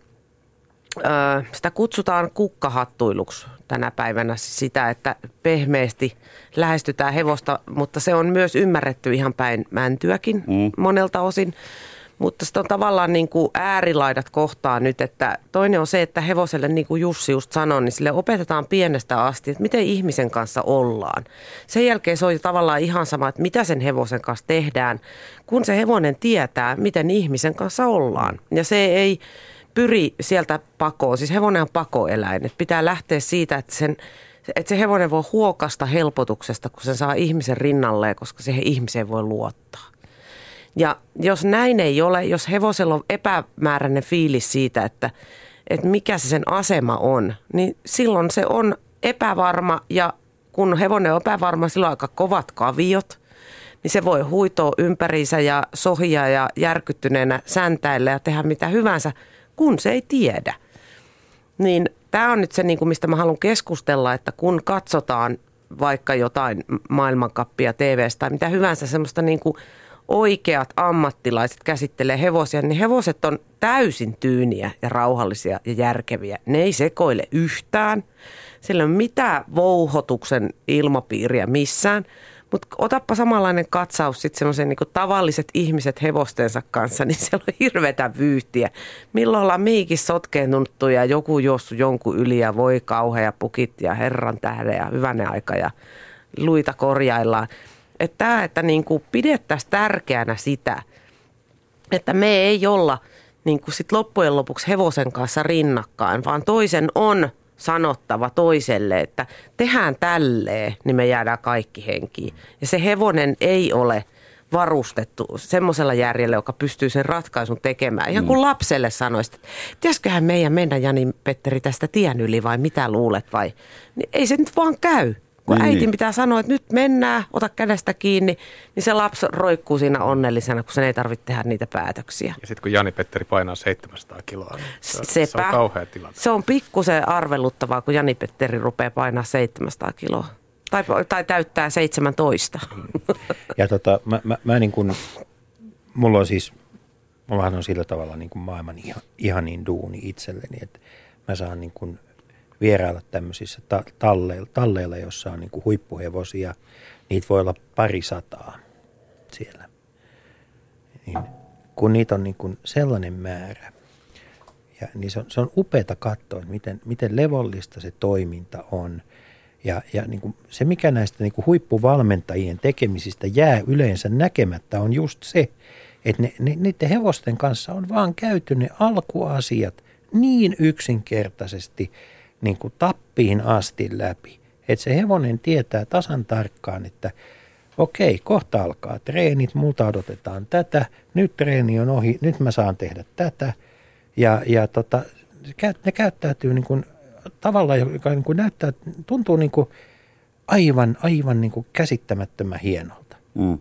sitä kutsutaan kukkahattuiluksi tänä päivänä sitä, että pehmeästi lähestytään hevosta, mutta se on myös ymmärretty ihan päin mäntyäkin monelta osin. Mutta sitten on tavallaan niin kuin äärilaidat kohtaa nyt, että toinen on se, että hevoselle, niin kuin Jussi just sanoi, niin sille opetetaan pienestä asti, että miten ihmisen kanssa ollaan. Sen jälkeen se on jo tavallaan ihan sama, että mitä sen hevosen kanssa tehdään, kun se hevonen tietää, miten ihmisen kanssa ollaan. Ja se ei pyri sieltä pakoon, siis hevonen on pakoeläin, että pitää lähteä siitä, että se hevonen voi huokasta helpotuksesta, kun se saa ihmisen rinnalleen, koska siihen ihmiseen voi luottaa. Ja jos näin ei ole, jos hevosella on epämääräinen fiilis siitä, että mikä se sen asema on, niin silloin se on epävarma ja kun hevonen on epävarma, silloin on aika kovat kaviot, niin se voi huitoa ympäriinsä ja sohia ja järkyttyneenä säntäillä ja tehdä mitä hyvänsä, kun se ei tiedä. Niin tämä on nyt se, mistä mä haluan keskustella, että kun katsotaan vaikka jotain maailmankappia TV:stä tai mitä hyvänsä semmoista oikeat ammattilaiset käsittelee hevosia, niin hevoset on täysin tyyniä ja rauhallisia ja järkeviä. Ne ei sekoile yhtään. Sillä ei ole mitään vouhotuksen ilmapiiriä missään. Mutta otappa samanlainen katsaus sitten semmoisen tavalliset ihmiset hevostensa kanssa, niin siellä on hirveätä vyyhtiä. Milloin ollaan mihinkin sotkeentunuttu ja joku juossut jonkun yli ja voi kauhea pukit ja herran tähden ja hyvänen aika ja luita korjaillaan. Että pidettäisiin tärkeänä sitä, että me ei olla sit loppujen lopuksi hevosen kanssa rinnakkain, vaan toisen on sanottava toiselle, että tehdään tälleen, niin me jäädään kaikki henkiin. Ja se hevonen ei ole varustettu semmoisella järjellä, joka pystyy sen ratkaisun tekemään. Ihan kuin lapselle sanoisit, että pitäisiköhän meidän mennä, Jani-Petteri, tästä tien yli vai mitä luulet vai? Niin ei se nyt vaan käy. Kun äitin pitää sanoa, että nyt mennään, ota kädestä kiinni, niin se lapsi roikkuu siinä onnellisena, kun sen ei tarvitse tehdä niitä päätöksiä. Ja sitten kun Jani-Petteri painaa 700 kiloa, niin se on kauhea tilanne. Se on pikkusen arveluttavaa, kun Jani-Petteri rupeaa painaa 700 kiloa. Tai täyttää 17. Ja mullahan on sillä tavalla maailman ihanin duuni itselleni, että mä saan vierailla tämmöisissä talleilla, jossa on huippuhevosia. Niitä voi olla 200 siellä. niin kun niitä on niin kuin sellainen määrä, niin se on upeata katsoa, miten levollista se toiminta on. Ja niin kuin se, mikä näistä niin kuin huippuvalmentajien tekemisistä jää yleensä näkemättä, on just se, että niiden hevosten kanssa on vaan käyty ne alkuasiat niin yksinkertaisesti niin kuin tappiin asti läpi. Että se hevonen tietää tasan tarkkaan, että okei, kohta alkaa treenit, multa odotetaan tätä, nyt treeni on ohi, nyt mä saan tehdä tätä. Ja ne käyttäytyy niin kuin tavalla, joka niin kuin tuntuu niin kuin aivan niin kuin käsittämättömän hienolta. Mm.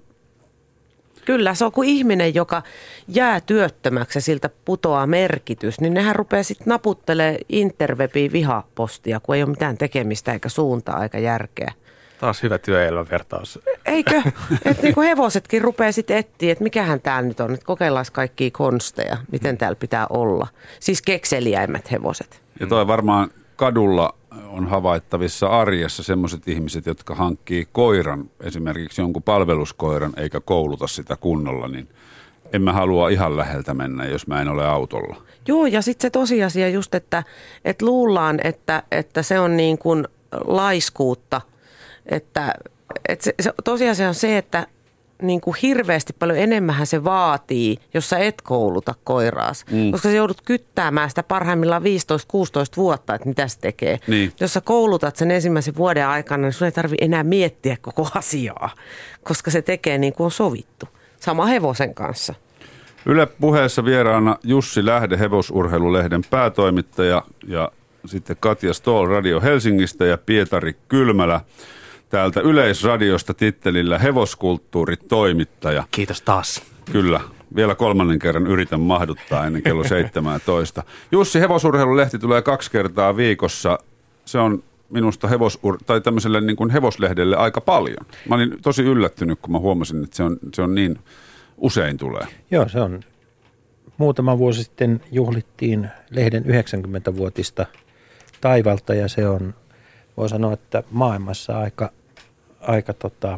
Kyllä, se on kuin ihminen, joka jää työttömäksi ja siltä putoaa merkitys, niin nehän rupeaa sitten naputtelemaan interwebiin vihapostia, kun ei ole mitään tekemistä eikä suuntaa eikä järkeä. Taas hyvä työelämän vertaus. Eikö? Että niin kuin hevosetkin rupeaa sitten etsiä, että mikähän täällä nyt on, että kokeillaan kaikkia konsteja, miten täällä pitää olla. Siis kekseliäimmät hevoset. Ja toi varmaan kadulla on havaittavissa arjessa sellaiset ihmiset, jotka hankkii koiran, esimerkiksi jonkun palveluskoiran, eikä kouluta sitä kunnolla, niin en mä halua ihan läheltä mennä, jos mä en ole autolla. Joo, ja sitten se tosiasia just, että luullaan, että se on niin kuin laiskuutta, että se tosiasia on se, että niin kuin hirveästi paljon enemmän se vaatii, jos sä et kouluta koiraas. Koska sä joudut kyttäämään sitä parhaimmillaan 15-16 vuotta, että mitä se tekee. Niin. Jos sä koulutat sen ensimmäisen vuoden aikana, niin sun ei tarvitse enää miettiä koko asiaa, koska se tekee niin kuin on sovittu. Sama hevosen kanssa. Yle Puheessa vieraana Jussi Lähde, Hevosurheilulehden päätoimittaja, ja sitten Katja Ståhl Radio Helsingistä ja Pietari Kylmälä täältä Yleisradiosta tittelillä hevoskulttuuritoimittaja. Kiitos taas. Kyllä, vielä 3. kerran yritän mahduttaa ennen kello 17. Jussi, Hevosurheilulehti tulee 2 kertaa viikossa. Se on minusta tämmöiselle niin kuin hevoslehdelle aika paljon. Mä olin tosi yllättynyt, kun mä huomasin, että se on niin usein tulee. Joo, se on. Muutama vuosi sitten juhlittiin lehden 90-vuotista taivalta, ja se on, voi sanoa, että maailmassa aika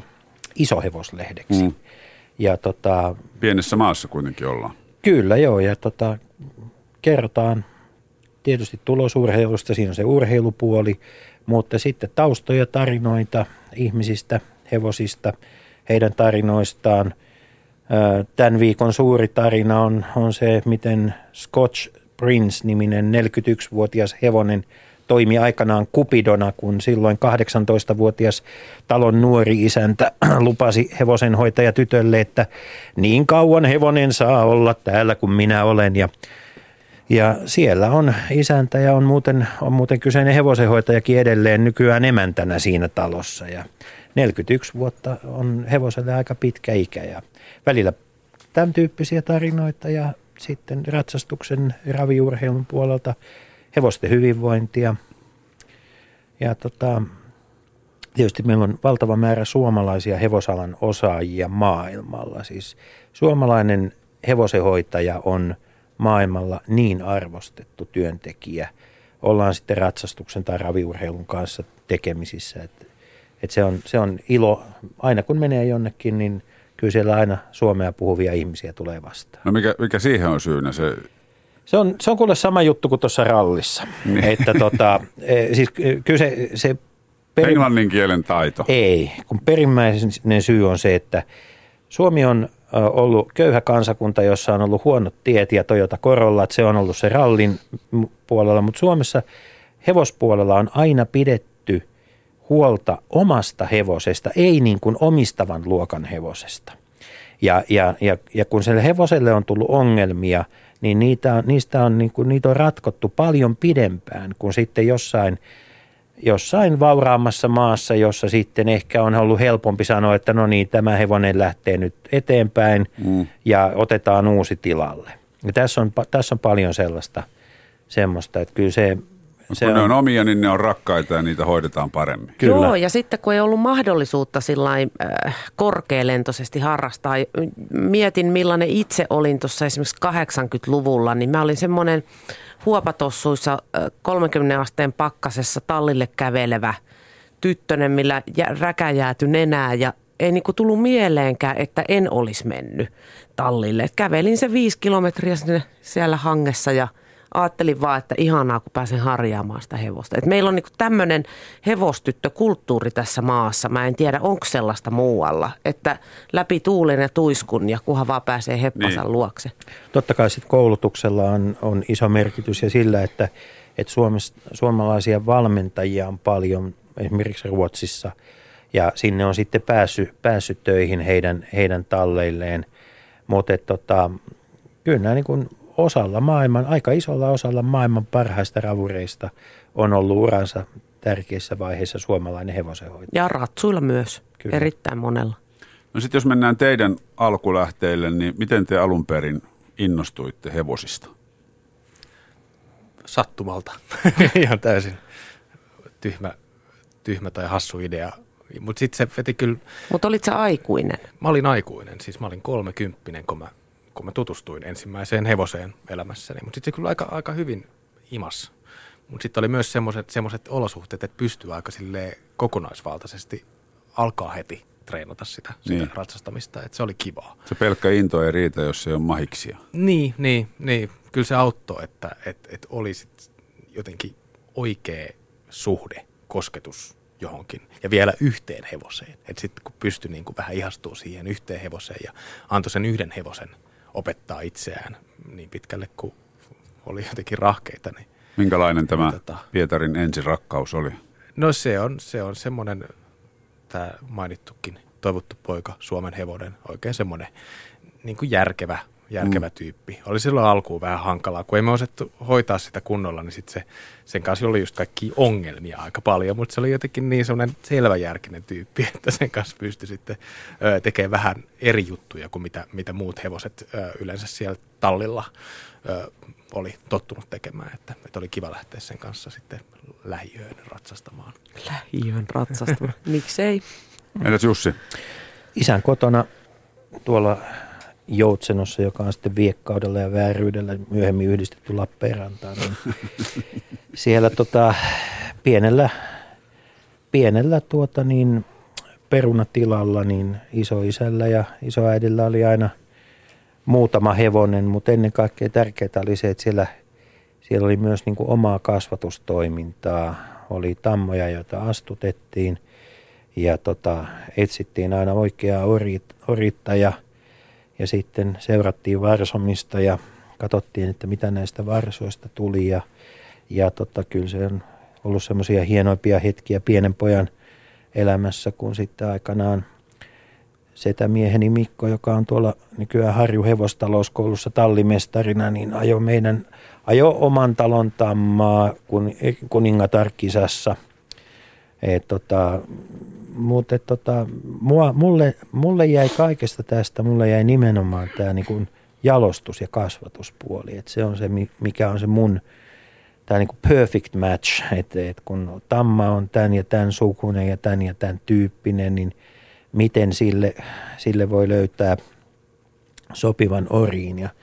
iso hevoslehdeksi. Mm. Ja pienessä maassa kuitenkin ollaan. Kyllä, joo, ja kerrotaan tietysti tulosurheilusta, siinä on se urheilupuoli, mutta sitten taustoja, tarinoita ihmisistä, hevosista, heidän tarinoistaan. Tämän viikon suuri tarina on se, miten Scotch Prince-niminen 41-vuotias hevonen toimi aikanaan kupidona, kun silloin 18-vuotias talon nuori isäntä lupasi hevosenhoitaja tytölle, että niin kauan hevonen saa olla täällä kuin minä olen. Ja siellä on isäntä ja on muuten kyseinen hevosenhoitajakin edelleen nykyään emäntänä siinä talossa. Ja 41 vuotta on hevoselle aika pitkä ikä ja välillä tämän tyyppisiä tarinoita ja sitten ratsastuksen raviurheilun puolelta hevosten hyvinvointia. Ja tietysti meillä on valtava määrä suomalaisia hevosalan osaajia maailmalla. Siis suomalainen hevosenhoitaja on maailmalla niin arvostettu työntekijä. Ollaan sitten ratsastuksen tai raviurheilun kanssa tekemisissä. Että se on ilo. Aina kun menee jonnekin, niin kyllä siellä aina suomea puhuvia ihmisiä tulee vastaan. No mikä siihen on syynä? Se on kuule sama juttu kuin tuossa rallissa. Niin. Että siis kyllä se englannin kielen taito. Ei, kun perimmäinen syy on se, että Suomi on ollut köyhä kansakunta, jossa on ollut huonot tiet ja Toyota Corolla, että se on ollut se rallin puolella, mutta Suomessa hevospuolella on aina pidetty huolta omasta hevosesta, ei niin kuin omistavan luokan hevosesta. Ja kun sille hevoselle on tullut ongelmia, niin niitä on ratkottu paljon pidempään kuin sitten jossain vauraammassa maassa, jossa sitten ehkä on ollut helpompi sanoa, että no niin, tämä hevonen lähtee nyt eteenpäin ja otetaan uusi tilalle. Ja tässä on paljon semmoista, että kyllä se... Kun ne on omia, niin ne on rakkaita ja niitä hoidetaan paremmin. Kyllä. Joo, ja sitten kun ei ollut mahdollisuutta sillain korkealentoisesti harrastaa, mietin millainen itse olin tuossa esimerkiksi 80-luvulla, niin mä olin semmoinen huopatossuissa 30 asteen pakkasessa tallille kävelevä tyttönen, millä räkäjääty nenää ja ei niin kuin tullut mieleenkään, että en olisi mennyt tallille. Et kävelin se 5 kilometriä sinne siellä hangessa ja ajattelin vaan, että ihanaa, kun pääsen harjaamaan sitä hevosta. Et meillä on niin kuin tämmöinen hevostyttökulttuuri tässä maassa. Mä en tiedä, onko sellaista muualla, että läpi tuulen ja tuiskun ja kunhan vaan pääsee heppansa luokse. Totta kai sitten koulutuksella on iso merkitys ja sillä, että suomalaisia valmentajia on paljon esimerkiksi Ruotsissa ja sinne on sitten päässyt töihin heidän talleilleen, mutta kyllä nämä niin kuin aika isolla osalla maailman parhaista ravureista on ollut uransa tärkeissä vaiheissa suomalainen hevosenhoito. Ja ratsuilla myös, kyllä. Erittäin monella. No sitten jos mennään teidän alkulähteille, niin miten te alun perin innostuitte hevosista? Sattumalta. Ihan täysin tyhmä tai hassu idea. Mutta sitten se veti kyllä... Mutta olit sä aikuinen? Mä olin aikuinen, siis mä olin 30, kun mä tutustuin ensimmäiseen hevoseen elämässäni. Mutta sitten se kyllä aika hyvin imas. Mutta sitten oli myös semmoiset olosuhteet, että pystyy aika silleen kokonaisvaltaisesti alkaa heti treenata sitä ratsastamista, että se oli kivaa. Se pelkkä into ei riitä, jos ei ole mahiksia. Niin. Kyllä se auttoi, että olisi jotenkin oikea suhde, kosketus johonkin ja vielä yhteen hevoseen. Että sitten kun pystyi niin kuin vähän ihastumaan siihen yhteen hevoseen ja antoi sen yhden hevosen opettaa itseään niin pitkälle kuin oli jotenkin rahkeita. Niin, minkälainen tämä Pietarin ensirakkaus oli? No se on semmoinen, tämä mainittukin toivottu poika, Suomen hevonen, oikein semmoinen niin kuin järkevä tyyppi. Oli silloin alkuun vähän hankalaa, kun ei me osettu hoitaa sitä kunnolla, niin sitten sen kanssa oli just kaikkia ongelmia aika paljon, mutta se oli jotenkin niin semmoinen selväjärkinen tyyppi, että sen kanssa pystyi sitten tekemään vähän eri juttuja kuin mitä muut hevoset yleensä siellä tallilla oli tottunut tekemään, että oli kiva lähteä sen kanssa sitten lähiöön ratsastamaan. Lähiöön ratsastamaan, miksei? Entäs Jussi? Isän kotona tuolla Joutsenossa, joka on sitten Viekkaudella ja Vääryydellä myöhemmin yhdistetty Lappeenrantaan. Niin siellä pienellä perunatilalla niin isoisällä ja isoäidillä oli aina muutama hevonen, mutta ennen kaikkea tärkeää oli se, että siellä oli myös niin kuin omaa kasvatustoimintaa. Oli tammoja, joita astutettiin ja etsittiin aina oikeaa oritta ja sitten seurattiin varsomista ja katsottiin, että mitä näistä varsoista tuli. Ja kyllä se on ollut semmoisia hienoimpia hetkiä pienen pojan elämässä, kun sitten aikanaan setämieheni Mikko, joka on tuolla nykyään Harju hevostalouskoulussa tallimestarina, niin ajoi oman talon tammaa kuningatar-kisassa. Mutta mulle jäi kaikesta tästä, mulle jäi nimenomaan tämä niinku jalostus- ja kasvatuspuoli. Et se on se, mikä on se mun tämä niinku perfect match, että kun tamma on tämän ja tämän sukunen ja tämän tyyppinen, niin miten sille voi löytää sopivan oriin. Ja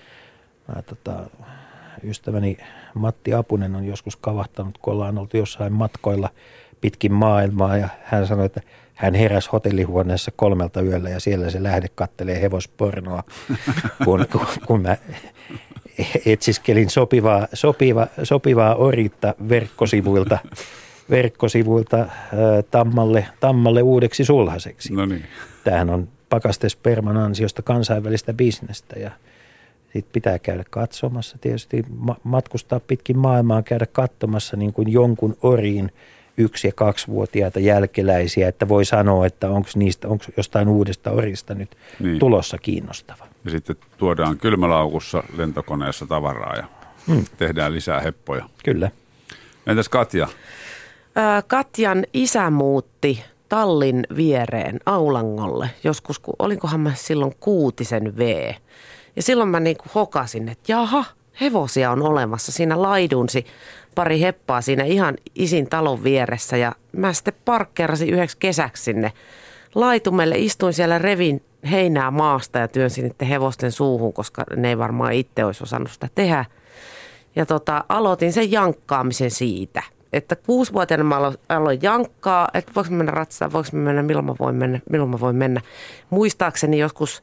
ystäväni Matti Apunen on joskus kavahtanut, kun ollaan oltu jossain matkoilla pitkin maailmaa ja hän sanoi, että hän heräsi hotellihuoneessa 3 yöllä ja siellä se lähde kattelee hevospornoa, kun mä etsiskelin sopivaa oritta verkkosivuilta tammalle uudeksi sulhaseksi. No niin. Tämähän on pakastesperman ansiosta kansainvälistä bisnestä ja sitten pitää käydä katsomassa, tietysti matkustaa pitkin maailmaa, käydä katsomassa niin kuin jonkun oriin 1- ja 2-vuotiaita jälkeläisiä, että voi sanoa, että onko jostain uudesta orista nyt tulossa kiinnostava. Ja sitten tuodaan kylmälaukussa lentokoneessa tavaraa ja tehdään lisää heppoja. Kyllä. Entäs Katja? Katjan isä muutti tallin viereen Aulangolle joskus, olinkohan mä silloin 6 V. Ja silloin mä niinku hokasin, että jaha, hevosia on olemassa. Siinä laidunsi pari heppaa siinä ihan isin talon vieressä ja mä sitten parkkeerasin yhdeksi kesäksi sinne laitumelle. Istuin siellä, revin heinää maasta ja työnsin niiden hevosten suuhun, koska ne ei varmaan itse olisi osannut sitä tehdä. Ja aloitin sen jankkaamisen siitä, että 6-vuotiaana mä aloin jankkaa, että voiko mä mennä ratsastaa, voiko mä mennä, milloin mä voin mennä. Muistaakseni joskus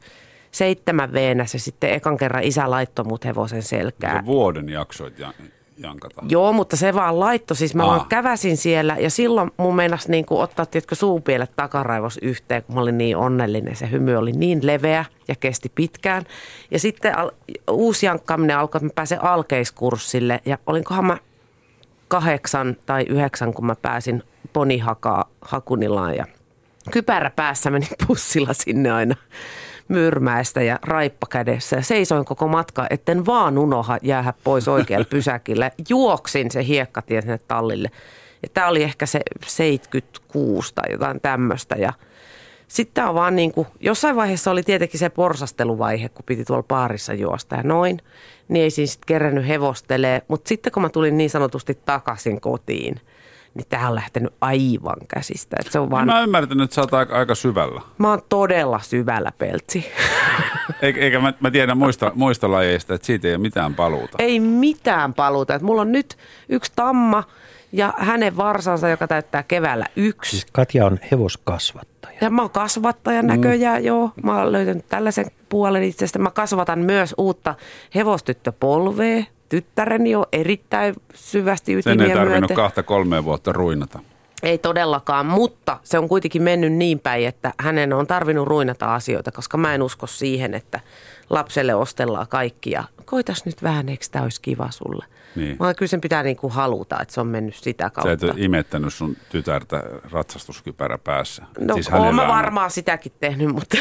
7V se sitten ekan kerran isä laittoi mut hevosen selkään. Se vuoden jaksoit jankata. Joo, mutta se vaan laittoi. Siis mä vaan käväsin siellä ja silloin mun meinasi niin kuin ottaa suupielet takaraivos yhteen, kun mä olin niin onnellinen. Se hymy oli niin leveä ja kesti pitkään. Ja sitten uusi jankkaaminen alkoi, että mä pääsin alkeiskurssille ja olinkohan mä 8 tai 9, kun mä pääsin Ponihakunilaan ja kypärä päässä menin bussilla sinne aina Myyrmäestä ja raippa kädessä ja seisoin koko matka, etten vaan unoha jäädä pois oikealle pysäkille. Juoksin se hiekkatie sinne tallille. Ja tämä oli ehkä se 76 tai jotain tämmöistä. Ja sitten on vaan niin kuin, jossain vaiheessa oli tietenkin se porsasteluvaihe, kun piti tuolla baarissa juosta ja noin. Niin ei siinä sitten kerännyt hevostelee. Mutta sitten kun mä tulin niin sanotusti takaisin kotiin, niin tämä on lähtenyt aivan käsistä. Että se on vaan... Mä ymmärtänyt, että sä oot aika syvällä. Mä oon todella syvällä, Peltsi. Eikä mä tiedän muista lajeista, että siitä ei ole mitään paluuta. Ei mitään paluuta. Että mulla on nyt yksi tamma ja hänen varsansa, joka täyttää keväällä 1. Siis Katja on hevoskasvattaja. Ja mä oon kasvattaja näköjään, joo. Mä oon löytänyt tällaisen puolen itsestä. Mä kasvatan myös uutta hevostyttöpolvea. Tyttäreni on erittäin syvästi ytimiä myöten. Sen ei tarvinnut 2-3 vuotta ruinata. Ei todellakaan, mutta se on kuitenkin mennyt niin päin, että hänen on tarvinnut ruinata asioita, koska mä en usko siihen, että lapselle ostellaan kaikki ja koitas nyt vähän, eikö tämä olisi kiva sulle. Niin. Mä kyllä sen pitää niinku haluta, että se on mennyt sitä kautta. Sä et ole imettänyt sun tytärtä ratsastuskypärä päässä. No siis oon mä varmaan sitäkin tehnyt, mutta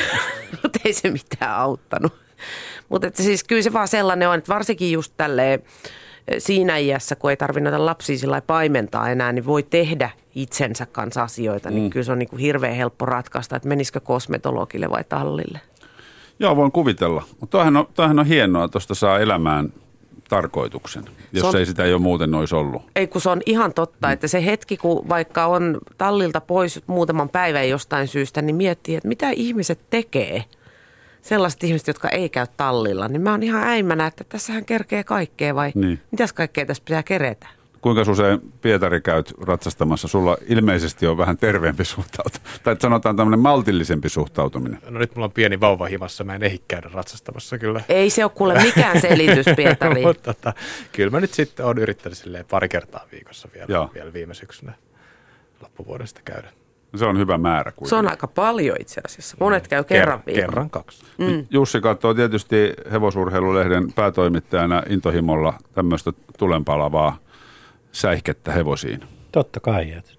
ei se mitään auttanut. Mutta siis kyllä se vaan sellainen on, että varsinkin just tälleen siinä iässä, kun ei tarvitse noita lapsia sillä paimentaa enää, niin voi tehdä itsensä kanssa asioita. Niin kyllä se on niin kuin hirveän helppo ratkaista, että menisikö kosmetologille vai tallille. Joo, voin kuvitella. Mutta toihan on hienoa, että tuosta saa elämään tarkoituksen, jos ei sitä jo muuten olisi ollut. Ei, kun se on ihan totta, että se hetki, kun vaikka on tallilta pois muutaman päivän jostain syystä, niin miettii, että mitä ihmiset tekee. Sellaiset ihmiset, jotka ei käy tallilla, niin mä oon ihan äimänä, että tässähän kerkee kaikkea vai mitäs kaikkea tässä pitää keretä? Kuinka usein Pietari käyt ratsastamassa? Sulla ilmeisesti on vähän terveempi suhtautuminen, tai sanotaan tämmöinen maltillisempi suhtautuminen. No nyt mulla on pieni vauva himassa, mä en ehdi käydä ratsastamassa kyllä. Ei se ole kuule mikään selitys, Pietari. Mutta kyllä mä nyt sitten oon yrittänyt silleen 2 kertaa viikossa vielä viime syksynä loppuvuodesta käydä. Se on hyvä määrä kuitenkin. Se on aika paljon itse asiassa. Monet käy kerran viikolla. Kerran 2. Jussi katsoo tietysti Hevosurheilulehden päätoimittajana intohimolla tämmöistä tulenpalavaa säihkettä hevosiin. Totta kai, että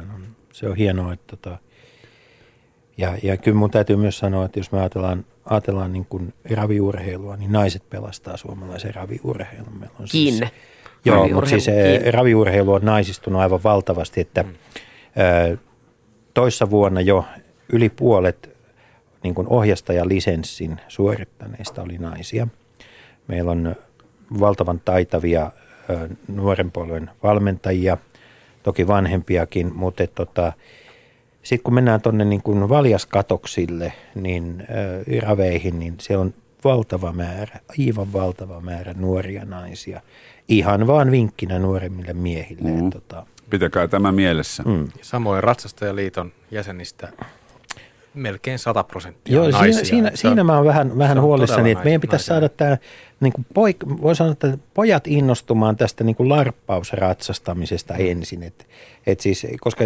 se on hienoa. Että ja kyllä mun täytyy myös sanoa, että jos me ajatellaan niin kuin raviurheilua, niin naiset pelastaa suomalaisen raviurheilun. Meillä on siis, joo, mutta siis raviurheilu on naisistunut aivan valtavasti, että toissa vuonna jo yli puolet niin kuin ohjastajalisenssin suorittaneista oli naisia. Meillä on valtavan taitavia nuoren polven valmentajia, toki vanhempiakin, mutta sitten kun mennään tuonne niin kuin valjaskatoksille, niin raveihin, niin siellä on valtava määrä, aivan valtava määrä nuoria naisia. Ihan vaan vinkkinä nuoremmille miehille. Pitäkää tämä mielessä. Samoin Ratsastajaliiton jäsenistä melkein 100% Joo, naisia. Siinä mä oon vähän huolissani, että meidän pitäisi saada tämä, niin kuin voi sanoa, että pojat innostumaan tästä niin kuin larppausratsastamisesta ensin. Et siis, koska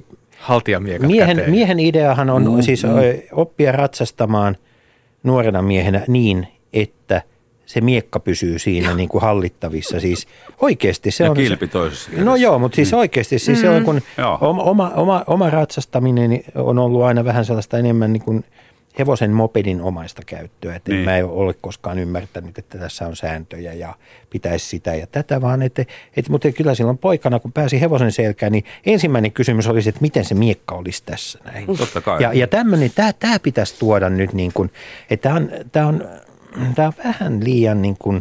miehen ideahan on siis oppia ratsastamaan nuorena miehenä niin, että se miekka pysyy siinä niin kuin hallittavissa. Siis oikeasti se ja on... kilpi toisessa. No joo, mutta siis oikeasti siis se on, kun oma ratsastaminen on ollut aina vähän sellaista enemmän niin kuin hevosen mopedin omaista käyttöä. Että mä en ole koskaan ymmärtänyt, että tässä on sääntöjä ja pitäisi sitä ja tätä, vaan mutta kyllä silloin poikana, kun pääsi hevosen selkään, niin ensimmäinen kysymys olisi, että miten se miekka olisi tässä näin. Totta kai. Ja tämmöinen, tämä pitäisi tuoda nyt niin kuin, että tämä on vähän liian niin kuin,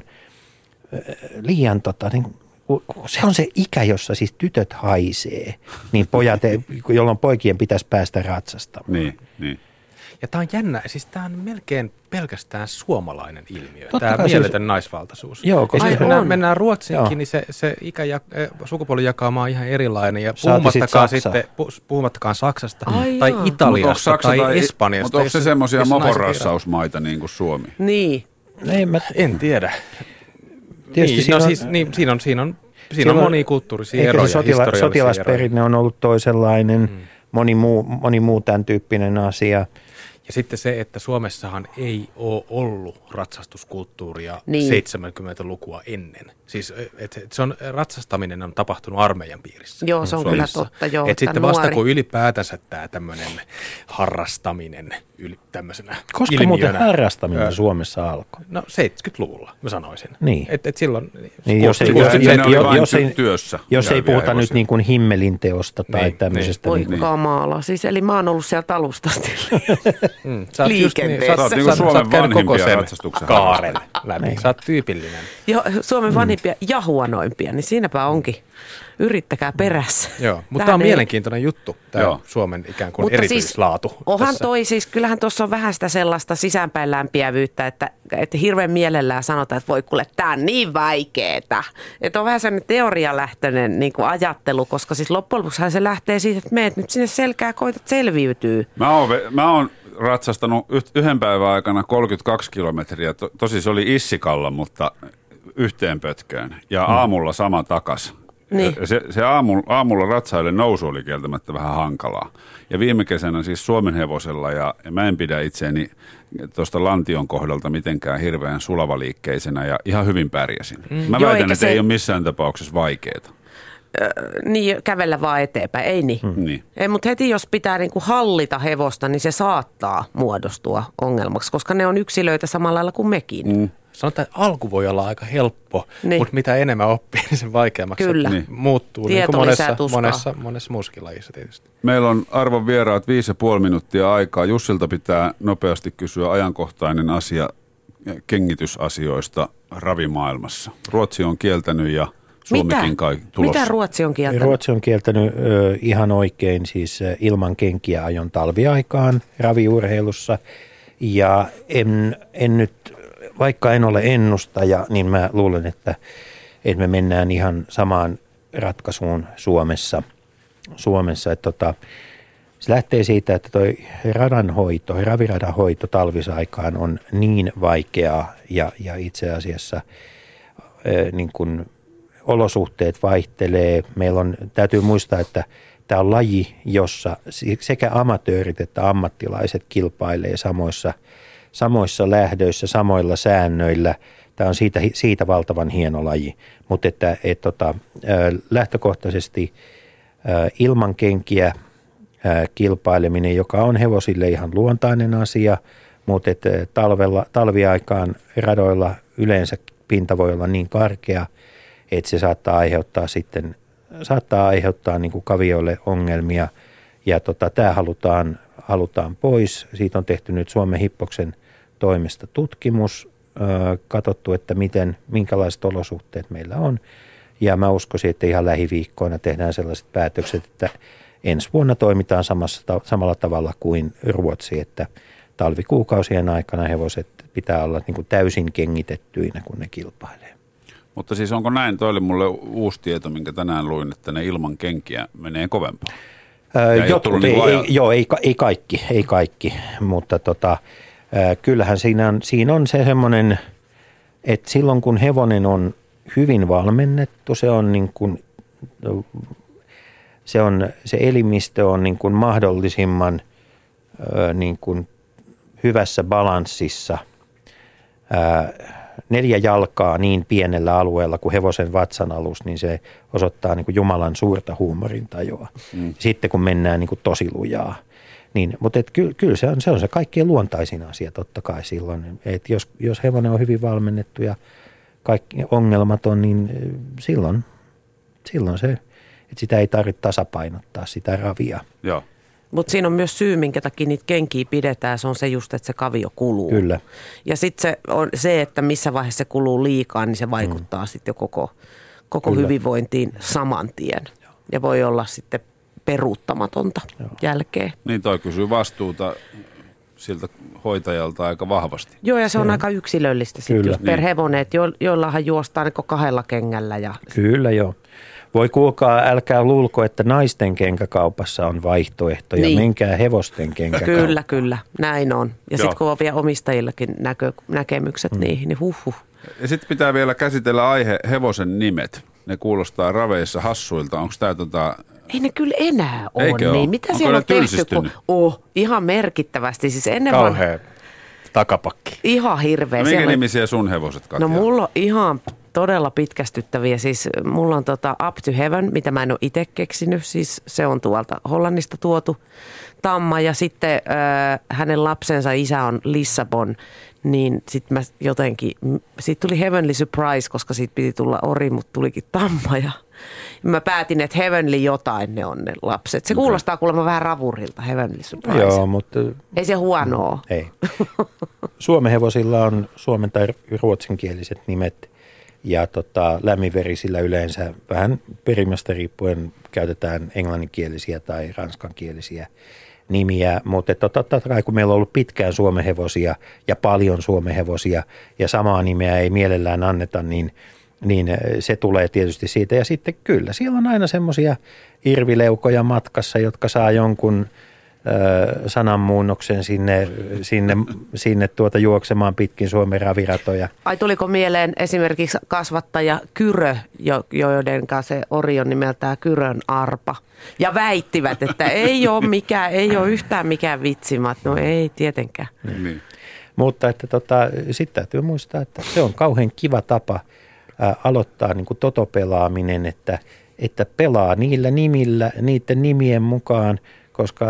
se on se ikä, jossa siis tytöt haisee, niin pojat, jolloin poikien pitäisi päästä ratsastamaan. Niin. Ja tämä on jännä, siis tämä on melkein pelkästään suomalainen ilmiö, Totta tämä kai mieletön naisvaltaisuus. Joo, koska jos mennään Ruotsiinkin, Joo. niin se sukupuolijakauma on ihan erilainen. Ja puhumattakaan Saksasta Ai tai jaa. Italiasta tai Espanjasta. Mutta onko se semmoisia missä naiset moporassausmaita niin kuin Suomi? Niin. En tiedä. Tietysti Siinä on monikulttuurisia eroja, historiallisia sotilasperinne on ollut toisenlainen, moni muu tämän tyyppinen asia. Ja sitten se, että Suomessahan ei ole ollut ratsastuskulttuuria Niin. 70-lukua ennen. Siis se on, ratsastaminen on tapahtunut armeijan piirissä. Joo, se on kyllä totta. Joo, Et sitten nuori. vasta kun ylipäätänsä tämä tämmöinen harrastaminen tämmöisenä Koska ilmiönä, muuten harrastaminen Suomessa alkoi? No 70-luvulla, mä sanoisin. Niin. Et silloin... Niin, jos ei puhuta nyt niin kuin himmelin teosta tai Niin, tämmöisestä. Voi Niin. kamala. Siis, eli mä oon ollut sieltä alusta asti. Sä Liikenteessä. oot Niinku Suomen käynyt koko vanhimpia sen ratsastuksen kaaren läpi. Sä oot tyypillinen. Suomen vanhimpia ja huonoimpia, niin siinäpä onkin. Yrittäkää perässä. Joo, mutta tämä on mielenkiintoinen juttu, tämä Suomen ikään kuin Mutta erityislaatu. Siis, onhan tässä. toi siis, kyllähän tuossa on vähän sitä sellaista sisäänpäin lämpiävyyttä, että hirveän mielellään sanotaan, että voi kuule, tämä on niin vaikeeta. Että on vähän sellainen teorialähtöinen niin kuin ajattelu, koska siis loppujen lopuksihan se lähtee siitä, että meet nyt sinne selkää, koitat selviytyy. Mä oon ratsastanut yhden päivän aikana 32 kilometriä. Tosi se oli Issikalla, mutta yhteen pötköön. Ja aamulla sama takas. Niin. Se aamulla ratsaille nousu oli kieltämättä vähän hankalaa. Ja viime kesänä siis Suomen hevosella, ja mä en pidä itseäni tuosta lantion kohdalta mitenkään hirveän sulavaliikkeisenä, ja ihan hyvin pärjäsin. Mä väitän, että ei ole missään tapauksessa vaikeaa. Niin, kävellä vaan eteenpäin, ei niin. Niin. Ei, mutta heti jos pitää niin kuin hallita hevosta, niin se saattaa muodostua ongelmaksi, koska ne on yksilöitä samalla lailla kuin mekin. Sanotaan, että alku voi olla aika helppo, Niin. mutta mitä enemmän oppii, niin sen vaikeammaksi Kyllä. se muuttuu. Tieto niin kuin lisää tuskaa. monessa muussakin lajissa tietysti. Meillä on arvon vieraat 5,5 minuuttia aikaa. Jussilta pitää nopeasti kysyä ajankohtainen asia kengitysasioista ravimaailmassa. Ruotsi on kieltänyt ja Suomikin kai tulossa. Mitä Ruotsi on kieltänyt? Ruotsi on kieltänyt ihan oikein siis ilman kenkiä ajon talviaikaan raviurheilussa. Ja en nyt, vaikka en ole ennustaja, niin mä luulen, että me mennään ihan samaan ratkaisuun Suomessa. Että se lähtee siitä, että toi raviradan hoito talvisaikaan on niin vaikeaa ja itse asiassa niin kuin olosuhteet vaihtelee. Täytyy muistaa, että tämä on laji, jossa sekä amatöörit että ammattilaiset kilpailee samoissa lähdöissä, samoilla säännöillä. Tämä on siitä valtavan hieno laji, mutta lähtökohtaisesti ilman kenkiä kilpaileminen, joka on hevosille ihan luontainen asia, mutta talviaikaan radoilla yleensä pinta voi olla niin karkea, että se saattaa aiheuttaa niin kuin kavioille ongelmia. Ja tämä halutaan pois. Siitä on tehty nyt Suomen Hippoksen toimesta tutkimus, katsottu, että minkälaiset olosuhteet meillä on. Ja mä uskoisin, että ihan lähiviikkoina tehdään sellaiset päätökset, että ensi vuonna toimitaan samalla tavalla kuin Ruotsi, että talvikuukausien aikana hevoset pitää olla niin kuin täysin kengitettyinä, kun ne kilpailee. Mutta siis onko näin, toi oli mulle uusi tieto, minkä tänään luin, että ne ilman kenkiä menee kovempaa? Ei kaikki, mutta kyllähän siinä on se semmoinen, että silloin kun hevonen on hyvin valmennettu, se elimistö on niin kuin mahdollisimman niin kuin hyvässä balanssissa. 4 jalkaa niin pienellä alueella kuin hevosen vatsanalus, niin se osoittaa niin kuin Jumalan suurta huumorintajua. Sitten kun mennään niin kuin tosi lujaa. Mutta kyllä se on se kaikkein luontaisin asia totta kai silloin. Et jos hevonen on hyvin valmennettu ja kaikki ongelmaton, niin silloin se, että sitä ei tarvitse tasapainottaa sitä ravia. Joo. Mutta siinä on myös syy, minkä takia niitä kenkiä pidetään. Se on se just, että se kavio kuluu. Kyllä. Ja sitten se, että missä vaiheessa se kuluu liikaa, niin se vaikuttaa sitten jo koko hyvinvointiin saman tien. Ja voi olla sitten peruuttamatonta jälkeen. Niin toi kysyy vastuuta siltä hoitajalta aika vahvasti. Joo, ja se on aika yksilöllistä sitten Kyllä. just per hevonen, että joillahan juostaan niin 2 kengällä. Ja... Kyllä joo. Voi kuulkaa, älkää luulko, että naisten kenkäkaupassa on vaihtoehtoja. Niin. Menkää hevosten kenkäkauppaan. Kyllä, näin on. Ja sitten kun on vielä omistajillakin näkemykset niihin, niin huhhuh. Ja sitten pitää vielä käsitellä aihe hevosen nimet. Ne kuulostaa raveissa hassuilta. Onko tämä Ei ne kyllä enää ole. Eikö Niin. ole? Mitä Onko siellä ne on tehty? tylsistynyt? Ihan merkittävästi. Siis ennen Kauhea takapakki. ihan hirveä. No, minkä Siellä- nimisiä sun hevoset, Katja? No mulla on ihan todella pitkästyttäviä. Siis mulla on Up to Heaven, mitä mä en ole itse keksinyt. Siis se on tuolta Hollannista tuotu tamma. Ja sitten hänen lapsensa isä on Lissabon. Niin sitten mä jotenkin, siitä tuli Heavenly Surprise, koska siitä piti tulla ori, mutta tulikin tamma. Ja mä päätin, että Heavenly jotain ne on ne lapset. Se kuulostaa kuulemma vähän ravurilta, Heavenly Surprise. Joo, mutta Ei se huonoa. ei. Suomen hevosilla on suomen tai ruotsinkieliset nimet ja lämminverisillä yleensä vähän perimästä riippuen käytetään englanninkielisiä tai ranskankielisiä nimiä, mutta totta kai kun meillä on ollut pitkään Suomen hevosia ja paljon Suomen hevosia ja samaa nimeä ei mielellään anneta, niin se tulee tietysti siitä. Ja sitten kyllä, siellä on aina semmoisia irvileukoja matkassa, jotka saa jonkun sananmuunnoksen sinne juoksemaan pitkin Suomen raviratoja. Ai tuliko mieleen esimerkiksi kasvattaja Kyrö, joiden kanssa se ori on nimeltään Kyrön arpa. Ja väittivät, että ei ole yhtään mikään vitsimat. No ei tietenkään. Niin. Mutta että sitten täytyy muistaa, että se on kauhean kiva tapa aloittaa niin kuin totopelaaminen, että pelaa niillä nimillä, niiden nimien mukaan, koska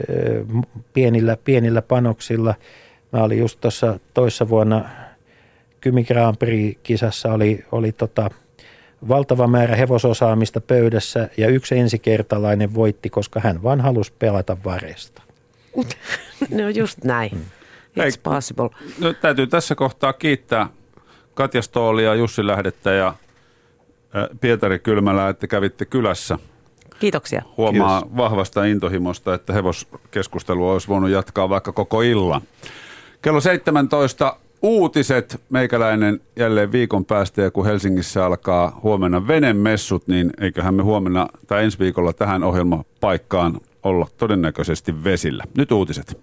pienillä panoksilla, mä olin just tuossa toissa vuonna Kymi Grand Prix-kisassa oli valtava määrä hevososaamista pöydässä ja yksi ensikertalainen voitti, koska hän vaan halusi pelata varesta. No just näin. It's possible. No, täytyy tässä kohtaa kiittää Katja Stoolia, Jussi Lähdettä ja Pietari Kylmälää, että kävitte kylässä. Kiitoksia. Huomaa vahvasta intohimosta, että hevoskeskustelua olisi voinut jatkaa vaikka koko illan. Kello 17 uutiset. Meikäläinen jälleen viikon päästä, ja kun Helsingissä alkaa huomenna venemessut, niin eiköhän me huomenna tai ensi viikolla tähän ohjelmapaikkaan olla todennäköisesti vesillä. Nyt uutiset.